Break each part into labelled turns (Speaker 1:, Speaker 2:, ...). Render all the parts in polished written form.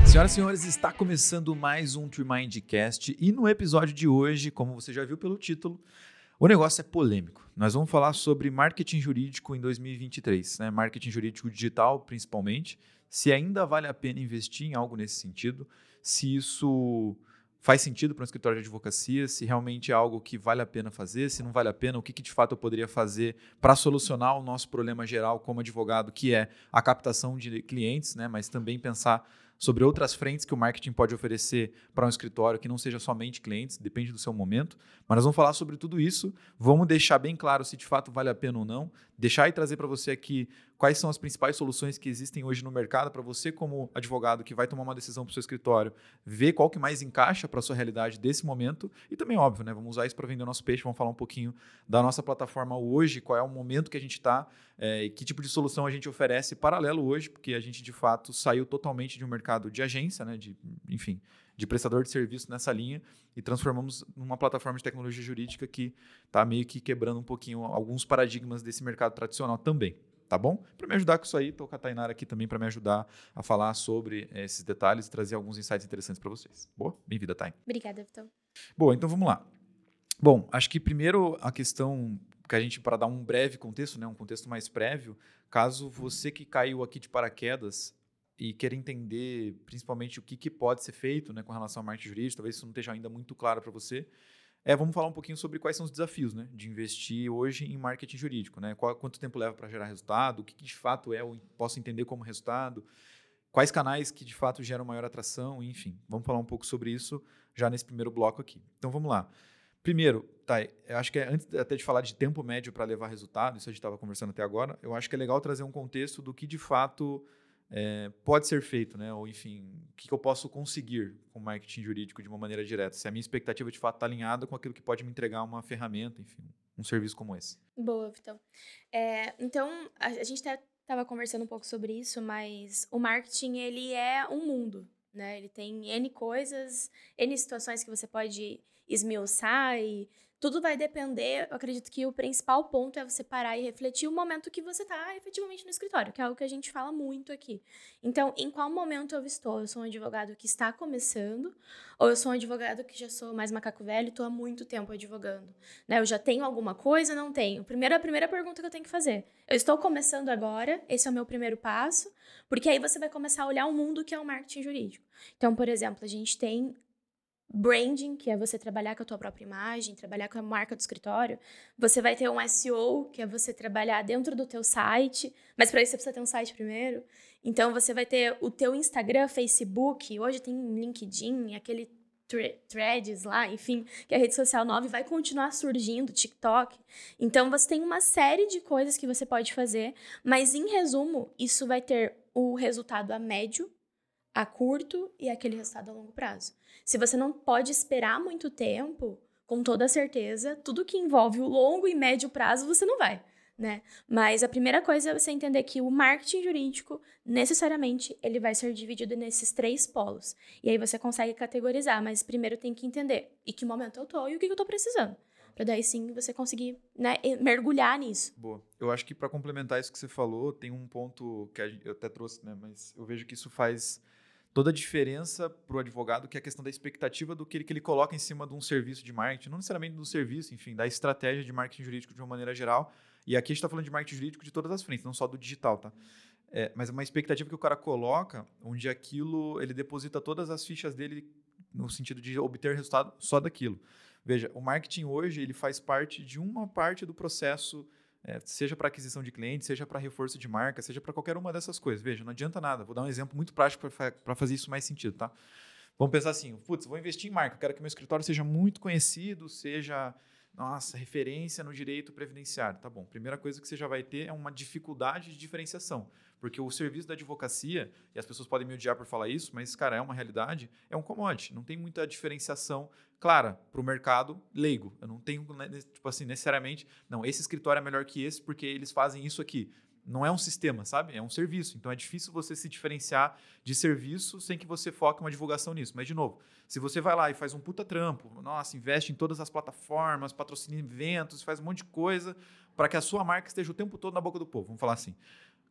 Speaker 1: Senhoras e senhores, está começando mais um TreeMindCast e no episódio de hoje, como você já viu pelo título, o negócio é polêmico. Nós vamos falar sobre marketing jurídico em 2023, né? Marketing jurídico digital principalmente, se ainda vale a pena investir em algo nesse sentido, se isso faz sentido para um escritório de advocacia, se realmente é algo que vale a pena fazer, se não vale a pena, o que de fato eu poderia fazer para solucionar o nosso problema geral como advogado, que é a captação de clientes, né? Mas também pensar sobre outras frentes que o marketing pode oferecer para um escritório que não seja somente clientes, depende do seu momento. Mas nós vamos falar sobre tudo isso, vamos deixar bem claro se de fato vale a pena ou não, deixar e trazer para você aqui quais são as principais soluções que existem hoje no mercado para você como advogado que vai tomar uma decisão para o seu escritório, ver qual que mais encaixa para a sua realidade desse momento e também, óbvio, né, vamos usar isso para vender o nosso peixe, vamos falar um pouquinho da nossa plataforma hoje, qual é o momento que a gente está e que tipo de solução a gente oferece paralelo hoje, porque a gente de fato saiu totalmente de um mercado de agência, né, de prestador de serviço nessa linha e transformamos numa plataforma de tecnologia jurídica que está meio que quebrando um pouquinho alguns paradigmas desse mercado tradicional também, tá bom? Para me ajudar com isso aí, estou com a Tainara aqui também para me ajudar a falar sobre esses detalhes e trazer alguns insights interessantes para vocês. Boa? Bem-vinda, Tain.
Speaker 2: Obrigada, Vitão.
Speaker 1: Boa, então vamos lá. Bom, acho que primeiro a questão que a gente, para dar um breve contexto, né, um contexto mais prévio, caso você que caiu aqui de paraquedas e queira entender principalmente o que pode ser feito, né, com relação ao marketing jurídico, talvez isso não esteja ainda muito claro para você, vamos falar um pouquinho sobre quais são os desafios, né, de investir hoje em marketing jurídico. Né, quanto tempo leva para gerar resultado, o que de fato eu posso entender como resultado, quais canais que de fato geram maior atração, enfim. Vamos falar um pouco sobre isso já nesse primeiro bloco aqui. Então vamos lá. Primeiro, Thay, eu acho que antes até de falar de tempo médio para levar resultado, isso a gente estava conversando até agora, eu acho que é legal trazer um contexto do que de fato pode ser feito, né? Ou enfim, o que eu posso conseguir com marketing jurídico de uma maneira direta, se a minha expectativa de fato está alinhada com aquilo que pode me entregar uma ferramenta, enfim, um serviço como esse.
Speaker 2: Boa, Vitão. Então, a gente estava conversando um pouco sobre isso, mas o marketing, ele é um mundo, né? Ele tem N coisas, N situações que você pode esmiuçar e tudo vai depender. Eu acredito que o principal ponto é você parar e refletir o momento que você está efetivamente no escritório, que é algo que a gente fala muito aqui. Então, em qual momento eu estou? Eu sou um advogado que está começando ou eu sou um advogado que já sou mais macaco velho e estou há muito tempo advogando? Né? Eu já tenho alguma coisa? Não tenho. A primeira pergunta que eu tenho que fazer. Eu estou começando agora, esse é o meu primeiro passo, porque aí você vai começar a olhar o mundo que é o marketing jurídico. Então, por exemplo, a gente tem branding, que é você trabalhar com a tua própria imagem, trabalhar com a marca do escritório. Você vai ter um SEO, que é você trabalhar dentro do teu site, mas para isso você precisa ter um site primeiro. Então, você vai ter o teu Instagram, Facebook, hoje tem LinkedIn, aquele Threads lá, enfim, que é a rede social nova e vai continuar surgindo, TikTok. Então, você tem uma série de coisas que você pode fazer, mas, em resumo, isso vai ter o resultado a médio, a curto e aquele resultado a longo prazo. Se você não pode esperar muito tempo, com toda certeza, tudo que envolve o longo e médio prazo, você não vai, né? Mas a primeira coisa é você entender que o marketing jurídico, necessariamente, ele vai ser dividido nesses 3 polos. E aí você consegue categorizar, mas primeiro tem que entender em que momento eu tô e o que eu tô precisando. Para daí sim você conseguir, né, mergulhar nisso.
Speaker 1: Boa. Eu acho que para complementar isso que você falou, tem um ponto que eu até trouxe, né? Mas eu vejo que isso faz toda a diferença para o advogado, que é a questão da expectativa do que ele coloca em cima de um serviço de marketing, não necessariamente do serviço, enfim, da estratégia de marketing jurídico de uma maneira geral. E aqui a gente está falando de marketing jurídico de todas as frentes, não só do digital, tá? Mas é uma expectativa que o cara coloca, onde aquilo, ele deposita todas as fichas dele no sentido de obter resultado só daquilo. Veja, o marketing hoje, ele faz parte de uma parte do processo, seja para aquisição de clientes, seja para reforço de marca, seja para qualquer uma dessas coisas. Veja, não adianta nada. Vou dar um exemplo muito prático para fazer isso mais sentido, tá? Vamos pensar assim, putz, vou investir em marca, eu quero que meu escritório seja muito conhecido, seja, nossa, referência no direito previdenciário. Tá bom, primeira coisa que você já vai ter é uma dificuldade de diferenciação, porque o serviço da advocacia, e as pessoas podem me odiar por falar isso, mas, cara, é uma realidade, é um commodity, não tem muita diferenciação clara para o mercado leigo. Eu não tenho, tipo assim, necessariamente, não, esse escritório é melhor que esse porque eles fazem isso aqui. Não é um sistema, sabe? É um serviço. Então, é difícil você se diferenciar de serviço sem que você foque uma divulgação nisso. Mas, de novo, se você vai lá e faz um puta trampo, nossa, investe em todas as plataformas, patrocina eventos, faz um monte de coisa para que a sua marca esteja o tempo todo na boca do povo, vamos falar assim.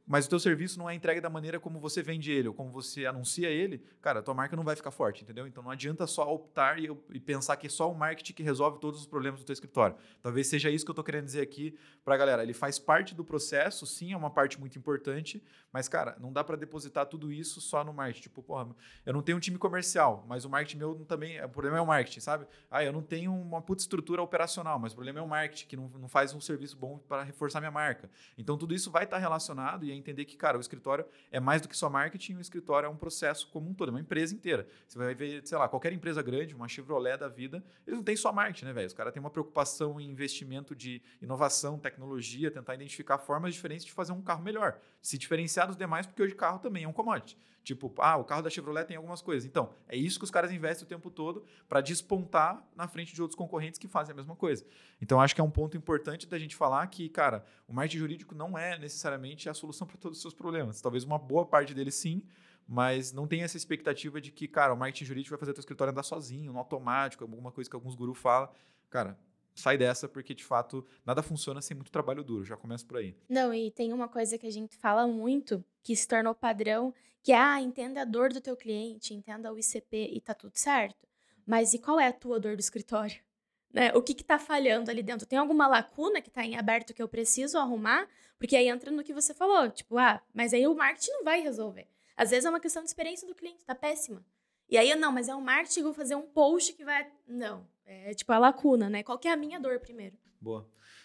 Speaker 1: mas o teu serviço não é entregue da maneira como você vende ele ou como você anuncia ele, cara, a tua marca não vai ficar forte, entendeu? Então não adianta só optar e pensar que é só o marketing que resolve todos os problemas do teu escritório. Talvez seja isso que eu estou querendo dizer aqui para a galera. Ele faz parte do processo, sim, é uma parte muito importante, mas, cara, não dá para depositar tudo isso só no marketing. Tipo, porra, eu não tenho um time comercial, mas o marketing meu também, o problema é o marketing, sabe? Eu não tenho uma puta estrutura operacional, mas o problema é o marketing, que não faz um serviço bom para reforçar minha marca. Então tudo isso vai estar relacionado e é entender que, cara, o escritório é mais do que só marketing, o escritório é um processo como um todo, é uma empresa inteira. Você vai ver, sei lá, qualquer empresa grande, uma Chevrolet da vida, eles não têm só marketing, né, velho? Os caras têm uma preocupação em investimento de inovação, tecnologia, tentar identificar formas diferentes de fazer um carro melhor, se diferenciar dos demais, porque hoje carro também é um commodity. Tipo, o carro da Chevrolet tem algumas coisas. Então, é isso que os caras investem o tempo todo para despontar na frente de outros concorrentes que fazem a mesma coisa. Então, acho que é um ponto importante da gente falar que, cara, o marketing jurídico não é necessariamente a solução para todos os seus problemas. Talvez uma boa parte dele sim, mas não tem essa expectativa de que, cara, o marketing jurídico vai fazer o teu escritório andar sozinho, no automático, alguma coisa que alguns gurus falam. Cara, sai dessa porque, de fato, nada funciona sem muito trabalho duro. Já começa por aí.
Speaker 2: Não, e tem uma coisa que a gente fala muito, que se tornou padrão, que é, entenda a dor do teu cliente, entenda o ICP e tá tudo certo. Mas e qual é a tua dor do escritório? Né? O que tá falhando ali dentro? Tem alguma lacuna que tá em aberto que eu preciso arrumar? Porque aí entra no que você falou, tipo, mas aí o marketing não vai resolver. Às vezes é uma questão de experiência do cliente, tá péssima. E aí, não, mas é o marketing, eu vou fazer um post que vai... Não, é tipo a lacuna, né? Qual que é a minha dor primeiro?
Speaker 1: Boa.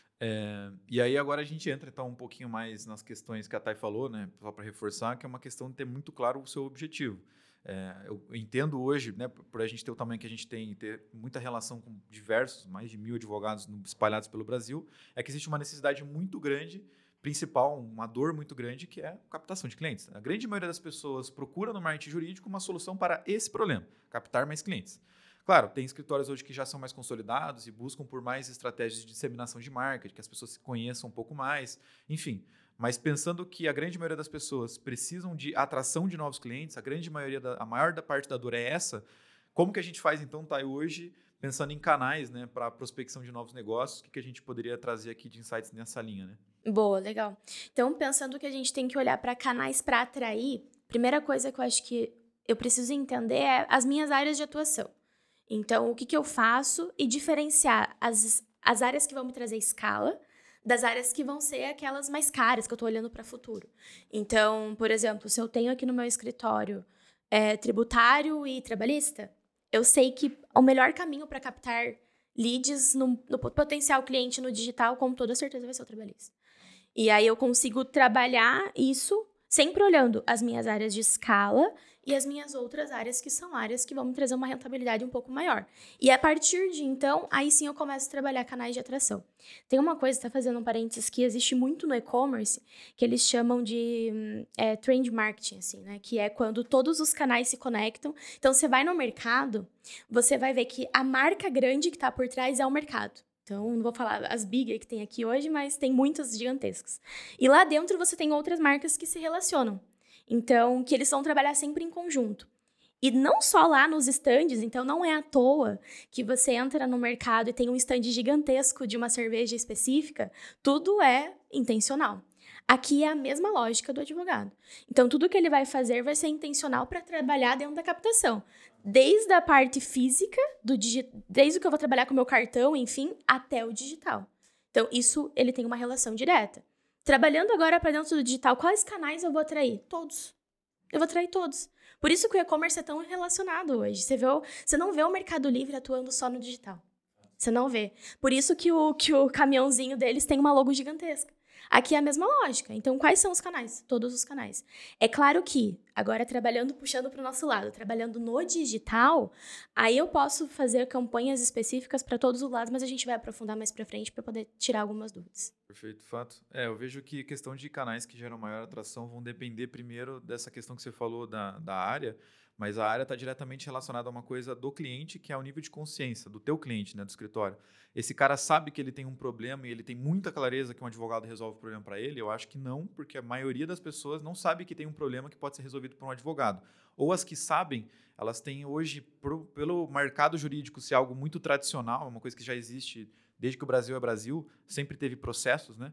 Speaker 1: E aí agora a gente entra então um pouquinho mais nas questões que a Thay falou, né? Só para reforçar, que é uma questão de ter muito claro o seu objetivo. Eu entendo hoje, né, por a gente ter o tamanho que a gente tem, ter muita relação com diversos, mais de 1.000 advogados espalhados pelo Brasil, é que existe uma necessidade muito grande, principal, uma dor muito grande, que é a captação de clientes. A grande maioria das pessoas procura no marketing jurídico uma solução para esse problema, captar mais clientes. Claro, tem escritórios hoje que já são mais consolidados e buscam por mais estratégias de disseminação de marca, de que as pessoas se conheçam um pouco mais, enfim. Mas pensando que a grande maioria das pessoas precisam de atração de novos clientes, a maior parte da dor é essa, como que a gente faz então, Thay, hoje, pensando em canais, né, para prospecção de novos negócios, o que a gente poderia trazer aqui de insights nessa linha, né?
Speaker 2: Boa, legal. Então, pensando que a gente tem que olhar para canais para atrair, primeira coisa que eu acho que eu preciso entender é as minhas áreas de atuação. Então, o que eu faço e diferenciar as áreas que vão me trazer escala das áreas que vão ser aquelas mais caras, que eu estou olhando para o futuro. Então, por exemplo, se eu tenho aqui no meu escritório tributário e trabalhista, eu sei que o melhor caminho para captar leads no potencial cliente no digital, com toda certeza, vai ser o trabalhista. E aí eu consigo trabalhar isso sempre olhando as minhas áreas de escala e as minhas outras áreas, que são áreas que vão me trazer uma rentabilidade um pouco maior. E a partir de então, aí sim eu começo a trabalhar canais de atração. Tem uma coisa, tá fazendo um parênteses, que existe muito no e-commerce, que eles chamam de trend marketing, assim, né? Que é quando todos os canais se conectam. Então, você vai no mercado, você vai ver que a marca grande que tá por trás é o mercado. Então, não vou falar as big que tem aqui hoje, mas tem muitas gigantescas. E lá dentro você tem outras marcas que se relacionam. Então, que eles vão trabalhar sempre em conjunto. E não só lá nos estandes, então não é à toa que você entra no mercado e tem um stand gigantesco de uma cerveja específica, tudo é intencional. Aqui é a mesma lógica do advogado. Então, tudo que ele vai fazer vai ser intencional para trabalhar dentro da captação. Desde a parte física, desde o que eu vou trabalhar com o meu cartão, enfim, até o digital. Então, isso ele tem uma relação direta. Trabalhando agora para dentro do digital, quais canais eu vou atrair? Todos. Eu vou atrair todos. Por isso que o e-commerce é tão relacionado hoje. Você não vê o Mercado Livre atuando só no digital. Você não vê. Por isso que o caminhãozinho deles tem uma logo gigantesca. Aqui é a mesma lógica. Então, quais são os canais? Todos os canais. É claro que, agora puxando para o nosso lado, trabalhando no digital, aí eu posso fazer campanhas específicas para todos os lados, mas a gente vai aprofundar mais para frente para poder tirar algumas dúvidas.
Speaker 1: Perfeito, fato. Eu vejo que a questão de canais que geram maior atração vão depender primeiro dessa questão que você falou da área, mas a área está diretamente relacionada a uma coisa do cliente, que é o nível de consciência do teu cliente, né, do escritório. Esse cara sabe que ele tem um problema e ele tem muita clareza que um advogado resolve o problema para ele? Eu acho que não, porque a maioria das pessoas não sabe que tem um problema que pode ser resolvido por um advogado. Ou as que sabem, elas têm hoje, pelo mercado jurídico ser algo muito tradicional, uma coisa que já existe desde que o Brasil é Brasil, sempre teve processos, né?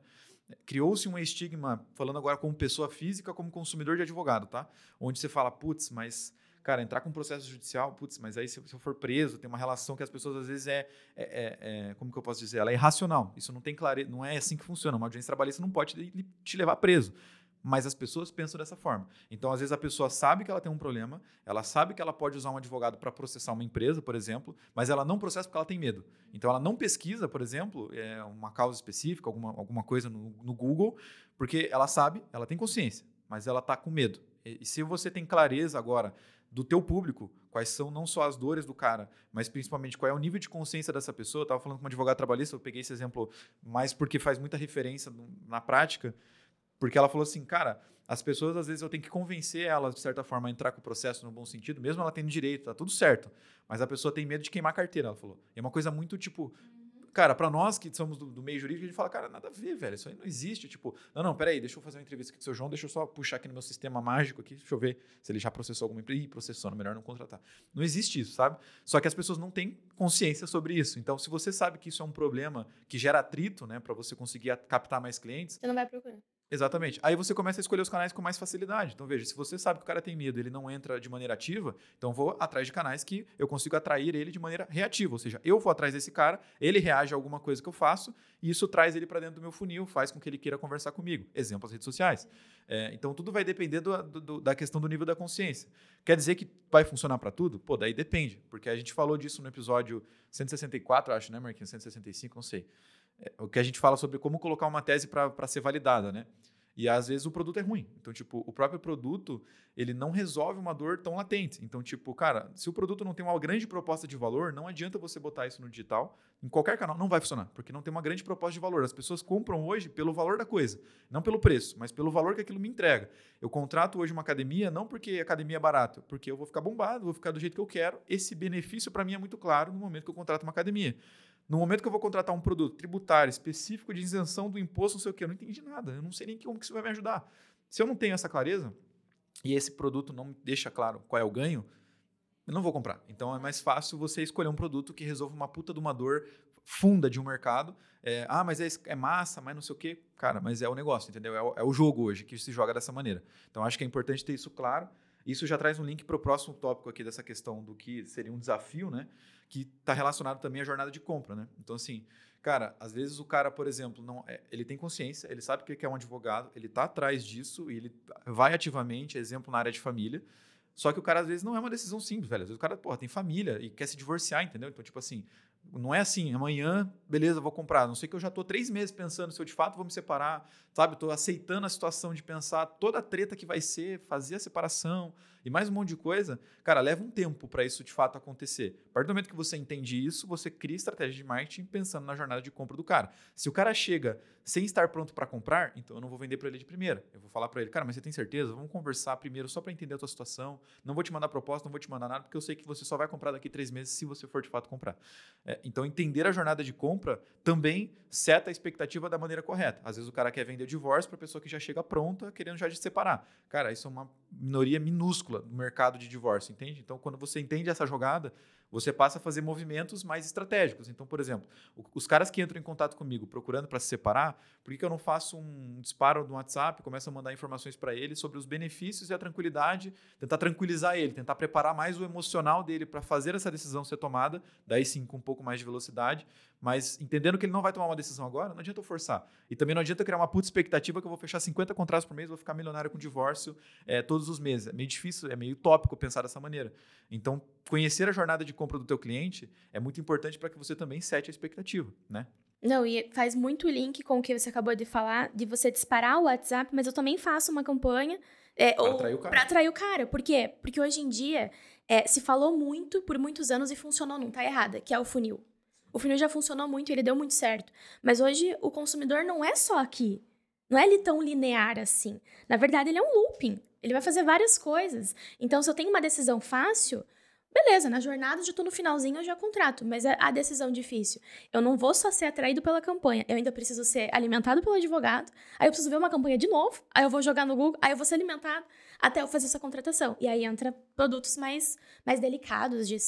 Speaker 1: Criou-se um estigma, falando agora como pessoa física, como consumidor de advogado, tá? Onde você fala, putz, mas, cara, entrar com um processo judicial, putz, mas aí se eu for preso, tem uma relação que as pessoas às vezes como que eu posso dizer? Ela é irracional. Isso não tem clareza, não é assim que funciona. Uma audiência trabalhista não pode te levar preso. Mas as pessoas pensam dessa forma. Então, às vezes, a pessoa sabe que ela tem um problema, ela sabe que ela pode usar um advogado para processar uma empresa, por exemplo, mas ela não processa porque ela tem medo. Então, ela não pesquisa, por exemplo, uma causa específica, alguma coisa no Google, porque ela sabe, ela tem consciência, mas ela está com medo. E se você tem clareza agora do teu público, quais são não só as dores do cara, mas principalmente qual é o nível de consciência dessa pessoa. Eu estava falando com uma advogada trabalhista, eu peguei esse exemplo mais porque faz muita referência na prática, porque ela falou assim, cara, as pessoas, às vezes, eu tenho que convencer elas, de certa forma, a entrar com o processo no bom sentido, mesmo ela tendo direito, tá tudo certo. Mas a pessoa tem medo de queimar a carteira, ela falou. É uma coisa muito, tipo... Cara, pra nós que somos do meio jurídico, a gente fala, cara, nada a ver, velho, isso aí não existe. Tipo, não, peraí, deixa eu fazer uma entrevista aqui com o seu João, deixa eu só puxar aqui no meu sistema mágico aqui, deixa eu ver se ele já processou alguma empresa. Ih, processou, melhor não contratar. Não existe isso, sabe? Só que as pessoas não têm consciência sobre isso. Então, se você sabe que isso é um problema que gera atrito, né, pra você conseguir captar mais clientes...
Speaker 2: Você não vai procurar.
Speaker 1: Exatamente. Aí você começa a escolher os canais com mais facilidade. Então, veja, se você sabe que o cara tem medo, ele não entra de maneira ativa, então vou atrás de canais que eu consigo atrair ele de maneira reativa. Ou seja, eu vou atrás desse cara, ele reage a alguma coisa que eu faço e isso traz ele para dentro do meu funil, faz com que ele queira conversar comigo. Exemplo, as redes sociais. Então, tudo vai depender da questão do nível da consciência. Quer dizer que vai funcionar para tudo? Pô, daí depende. Porque a gente falou disso no episódio 164, acho, né, Marquinhos? 165, não sei. O que a gente fala sobre como colocar uma tese para ser validada, né? E às vezes o produto é ruim. Então, tipo, o próprio produto, ele não resolve uma dor tão latente. Então, tipo, cara, se o produto não tem uma grande proposta de valor, não adianta você botar isso no digital, em qualquer canal, não vai funcionar, porque não tem uma grande proposta de valor. As pessoas compram hoje pelo valor da coisa, não pelo preço, mas pelo valor que aquilo me entrega. Eu contrato hoje uma academia, não porque a academia é barato, porque eu vou ficar bombado, vou ficar do jeito que eu quero. Esse benefício para mim é muito claro no momento que eu contrato uma academia. No momento que eu vou contratar um produto tributário específico de isenção do imposto, não sei o quê, eu não entendi nada. Eu não sei nem como que isso vai me ajudar. Se eu não tenho essa clareza e esse produto não me deixa claro qual é o ganho, eu não vou comprar. Então, é mais fácil você escolher um produto que resolva uma puta de uma dor funda de um mercado. Mas é massa, mas não sei o quê. Cara, mas é o negócio, entendeu? É o jogo hoje que se joga dessa maneira. Então, acho que é importante ter isso claro. Isso já traz um link para o próximo tópico aqui dessa questão do que seria um desafio, né? Que está relacionado também à jornada de compra, né? Então, assim, cara, às vezes o cara, por exemplo, ele tem consciência, ele sabe que é um advogado, ele está atrás disso e ele vai ativamente, exemplo, na área de família. Só que o cara, às vezes, não é uma decisão simples, velho. Às vezes o cara, tem família e quer se divorciar, entendeu? Então, tipo assim, não é assim, amanhã, beleza, vou comprar. Não sei que eu já estou 3 meses pensando se eu de fato vou me separar, sabe? Estou aceitando a situação de pensar toda a treta que vai ser, fazer a separação e mais um monte de coisa. Cara, leva um tempo para isso de fato acontecer. A partir do momento que você entende isso, você cria estratégia de marketing pensando na jornada de compra do cara. Se o cara chega sem estar pronto para comprar, então eu não vou vender para ele de primeira. Eu vou falar para ele, cara, mas você tem certeza? Vamos conversar primeiro só para entender a tua situação. Não vou te mandar proposta, não vou te mandar nada, porque eu sei que você só vai comprar daqui 3 meses se você for de fato comprar. Então, entender a jornada de compra também seta a expectativa da maneira correta. Às vezes o cara quer vender o divórcio para a pessoa que já chega pronta, querendo já se separar. Cara, isso é uma minoria minúscula no mercado de divórcio, entende? Então, quando você entende essa jogada, você passa a fazer movimentos mais estratégicos. Então, por exemplo, os caras que entram em contato comigo procurando para se separar, por que eu não faço um disparo no WhatsApp, começo a mandar informações para ele sobre os benefícios e a tranquilidade, tentar tranquilizar ele, tentar preparar mais o emocional dele para fazer essa decisão ser tomada, daí sim com um pouco mais de velocidade, mas entendendo que ele não vai tomar uma decisão agora, não adianta eu forçar. E também não adianta eu criar uma puta expectativa que eu vou fechar 50 contratos por mês, vou ficar milionário com divórcio todos os meses. É meio difícil, é meio utópico pensar dessa maneira. Então, conhecer a jornada de compra do teu cliente é muito importante para que você também sete a expectativa, né?
Speaker 2: Não, e faz muito link com o que você acabou de falar, de você disparar o WhatsApp, mas eu também faço uma campanha para atrair o cara. Por quê? Porque hoje em dia se falou muito por muitos anos e funcionou, não tá errada, que é o funil. O funil já funcionou muito, ele deu muito certo. Mas hoje o consumidor não é só aqui. Não é ele tão linear assim. Na verdade, ele é um looping. Ele vai fazer várias coisas. Então, se eu tenho uma decisão fácil, beleza, na jornada eu já tô no finalzinho, eu já contrato. Mas a decisão difícil, eu não vou só ser atraído pela campanha. Eu ainda preciso ser alimentado pelo advogado. Aí eu preciso ver uma campanha de novo. Aí eu vou jogar no Google. Aí eu vou ser alimentado. até eu fazer essa contratação. E aí entra produtos mais delicados de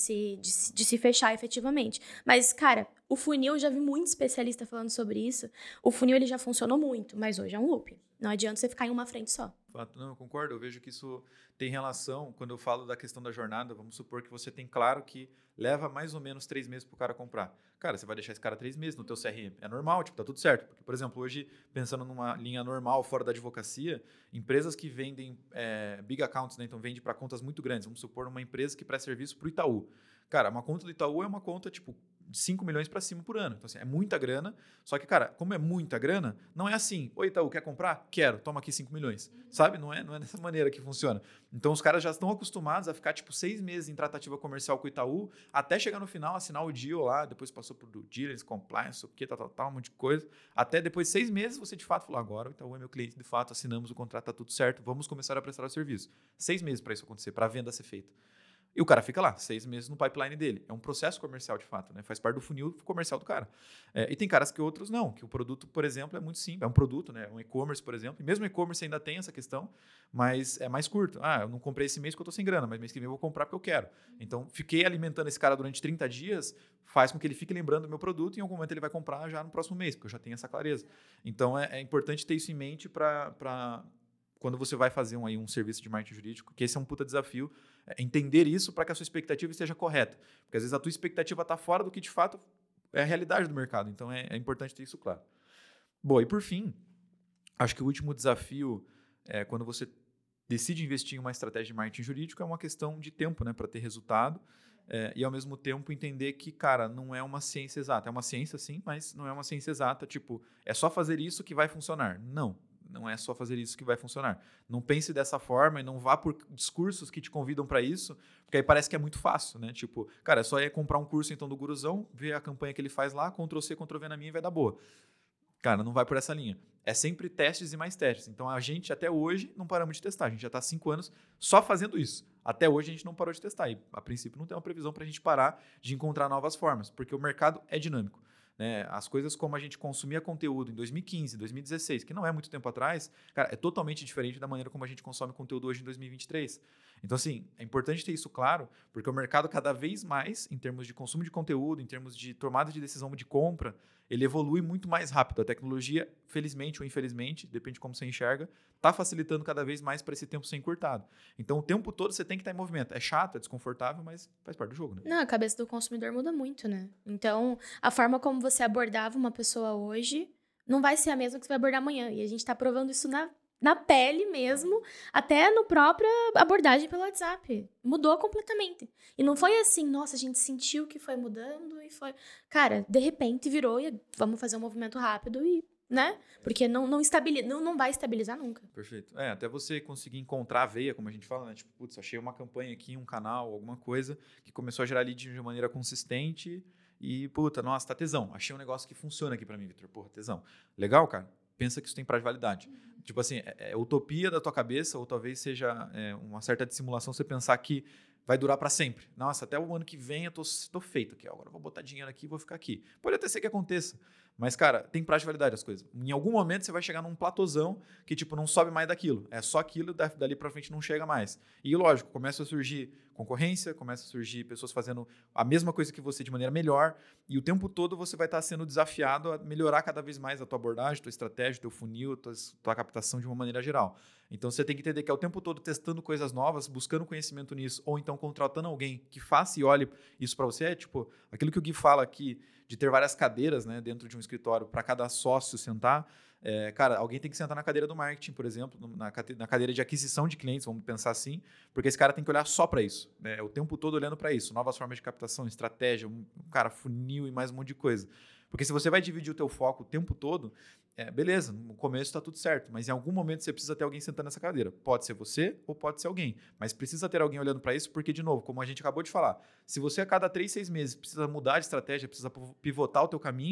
Speaker 2: se fechar efetivamente. Mas, cara, o funil, eu já vi muito especialista falando sobre isso. O funil, ele já funcionou muito, mas hoje é um loop. Não adianta você ficar em uma frente só.
Speaker 1: Fato, não, eu concordo. Eu vejo que isso tem relação, quando eu falo da questão da jornada, vamos supor que você tem claro que leva mais ou menos 3 meses para o cara comprar. Cara, você vai deixar esse cara 3 meses no teu CRM. É normal, tipo, tá tudo certo. Porque, por exemplo, hoje, pensando numa linha normal, fora da advocacia, empresas que vendem big accounts, né? Então vende para contas muito grandes. Vamos supor uma empresa que presta serviço para o Itaú. Cara, uma conta do Itaú é uma conta, tipo, de 5 milhões para cima por ano. Então, assim, é muita grana. Só que, cara, como é muita grana, não é assim. Oi, Itaú, quer comprar? Quero. Toma aqui 5 milhões. Sabe? Não é dessa maneira que funciona. Então, os caras já estão acostumados a ficar, tipo, 6 meses em tratativa comercial com o Itaú, até chegar no final, assinar o deal lá, depois passou por due diligence, compliance, o que, tal, um monte de coisa. Até depois de 6 meses, você de fato falou, agora o Itaú é meu cliente, de fato, assinamos o contrato, tá tudo certo, vamos começar a prestar o serviço. 6 meses para isso acontecer, para a venda ser feita. E o cara fica lá, 6 meses no pipeline dele. É um processo comercial, de fato, né? Faz parte do funil comercial do cara. E tem caras que outros não, que o produto, por exemplo, é muito simples. É um produto, né? Um e-commerce, por exemplo. E mesmo o e-commerce ainda tem essa questão, mas é mais curto. Eu não comprei esse mês porque eu estou sem grana, mas mês que vem eu vou comprar porque eu quero. Então, fiquei alimentando esse cara durante 30 dias, faz com que ele fique lembrando do meu produto e em algum momento ele vai comprar já no próximo mês, porque eu já tenho essa clareza. Então, é importante ter isso em mente para quando você vai fazer um serviço de marketing jurídico, que esse é um puta desafio, entender isso para que a sua expectativa esteja correta. Porque às vezes a tua expectativa está fora do que de fato é a realidade do mercado. Então é importante ter isso claro. Bom, e por fim, acho que o último desafio quando você decide investir em uma estratégia de marketing jurídico é uma questão de tempo, né, para ter resultado. E ao mesmo tempo entender que, cara, não é uma ciência exata. É uma ciência sim, mas não é uma ciência exata, tipo, é só fazer isso que vai funcionar. Não é só fazer isso que vai funcionar. Não pense dessa forma e não vá por discursos que te convidam para isso, porque aí parece que é muito fácil, né? Tipo, cara, é só comprar um curso então do Guruzão, ver a campanha que ele faz lá, Ctrl+C, Ctrl+V na minha e vai dar boa. Cara, não vai por essa linha. É sempre testes e mais testes. Então, a gente, até hoje, não paramos de testar. A gente já está há 5 anos só fazendo isso. Até hoje, a gente não parou de testar. E, a princípio, não tem uma previsão para a gente parar de encontrar novas formas, porque o mercado é dinâmico. Né? As coisas como a gente consumia conteúdo em 2015, 2016, que não é muito tempo atrás, cara, é totalmente diferente da maneira como a gente consome conteúdo hoje em 2023. Então, assim, é importante ter isso claro, porque o mercado cada vez mais, em termos de consumo de conteúdo, em termos de tomada de decisão de compra, ele evolui muito mais rápido. A tecnologia, felizmente ou infelizmente, depende de como você enxerga, está facilitando cada vez mais para esse tempo ser encurtado. Então, o tempo todo você tem que estar em movimento. É chato, é desconfortável, mas faz parte do jogo, né?
Speaker 2: Não, a cabeça do consumidor muda muito, né? Então, a forma como você abordava uma pessoa hoje não vai ser a mesma que você vai abordar amanhã. E a gente tá provando isso na pele mesmo, até no própria abordagem pelo WhatsApp. Mudou completamente. E não foi assim, nossa, a gente sentiu que foi mudando e foi... Cara, de repente virou e vamos fazer um movimento rápido e, né? Porque não vai estabilizar nunca.
Speaker 1: Perfeito. Até você conseguir encontrar a veia, como a gente fala, né? Tipo, putz, achei uma campanha aqui, um canal, alguma coisa que começou a gerar lead de maneira consistente e, puta, nossa, tá tesão. Achei um negócio que funciona aqui pra mim, Vitor. Porra, tesão. Legal, cara? Pensa que isso tem prazo de validade. Tipo assim, é utopia da tua cabeça ou talvez seja uma certa dissimulação você pensar que vai durar para sempre. Nossa, até o ano que vem eu tô feito aqui. Agora eu vou botar dinheiro aqui e vou ficar aqui. Pode até ser que aconteça. Mas, cara, tem prazo de validade as coisas. Em algum momento você vai chegar num platôzão que, tipo, não sobe mais daquilo. É só aquilo, dali pra frente não chega mais. E, lógico, começa a surgir concorrência, começa a surgir pessoas fazendo a mesma coisa que você de maneira melhor. E o tempo todo você vai estar sendo desafiado a melhorar cada vez mais a tua abordagem, tua estratégia, teu funil, tua captação de uma maneira geral. Então, você tem que entender que é o tempo todo testando coisas novas, buscando conhecimento nisso, ou então contratando alguém que faça e olhe isso para você. É tipo, aquilo que o Gui fala aqui, de ter várias cadeiras, né, dentro de um escritório para cada sócio sentar. Cara, alguém tem que sentar na cadeira do marketing, por exemplo, na cadeira de aquisição de clientes, vamos pensar assim, porque esse cara tem que olhar só para isso, né, o tempo todo olhando para isso, novas formas de captação, estratégia, cara, funil e mais um monte de coisa. Porque se você vai dividir o teu foco o tempo todo, beleza, no começo está tudo certo, mas em algum momento você precisa ter alguém sentando nessa cadeira. Pode ser você ou pode ser alguém, mas precisa ter alguém olhando para isso porque, de novo, como a gente acabou de falar, se você a cada 3, 6 meses precisa mudar de estratégia, precisa pivotar o teu caminho,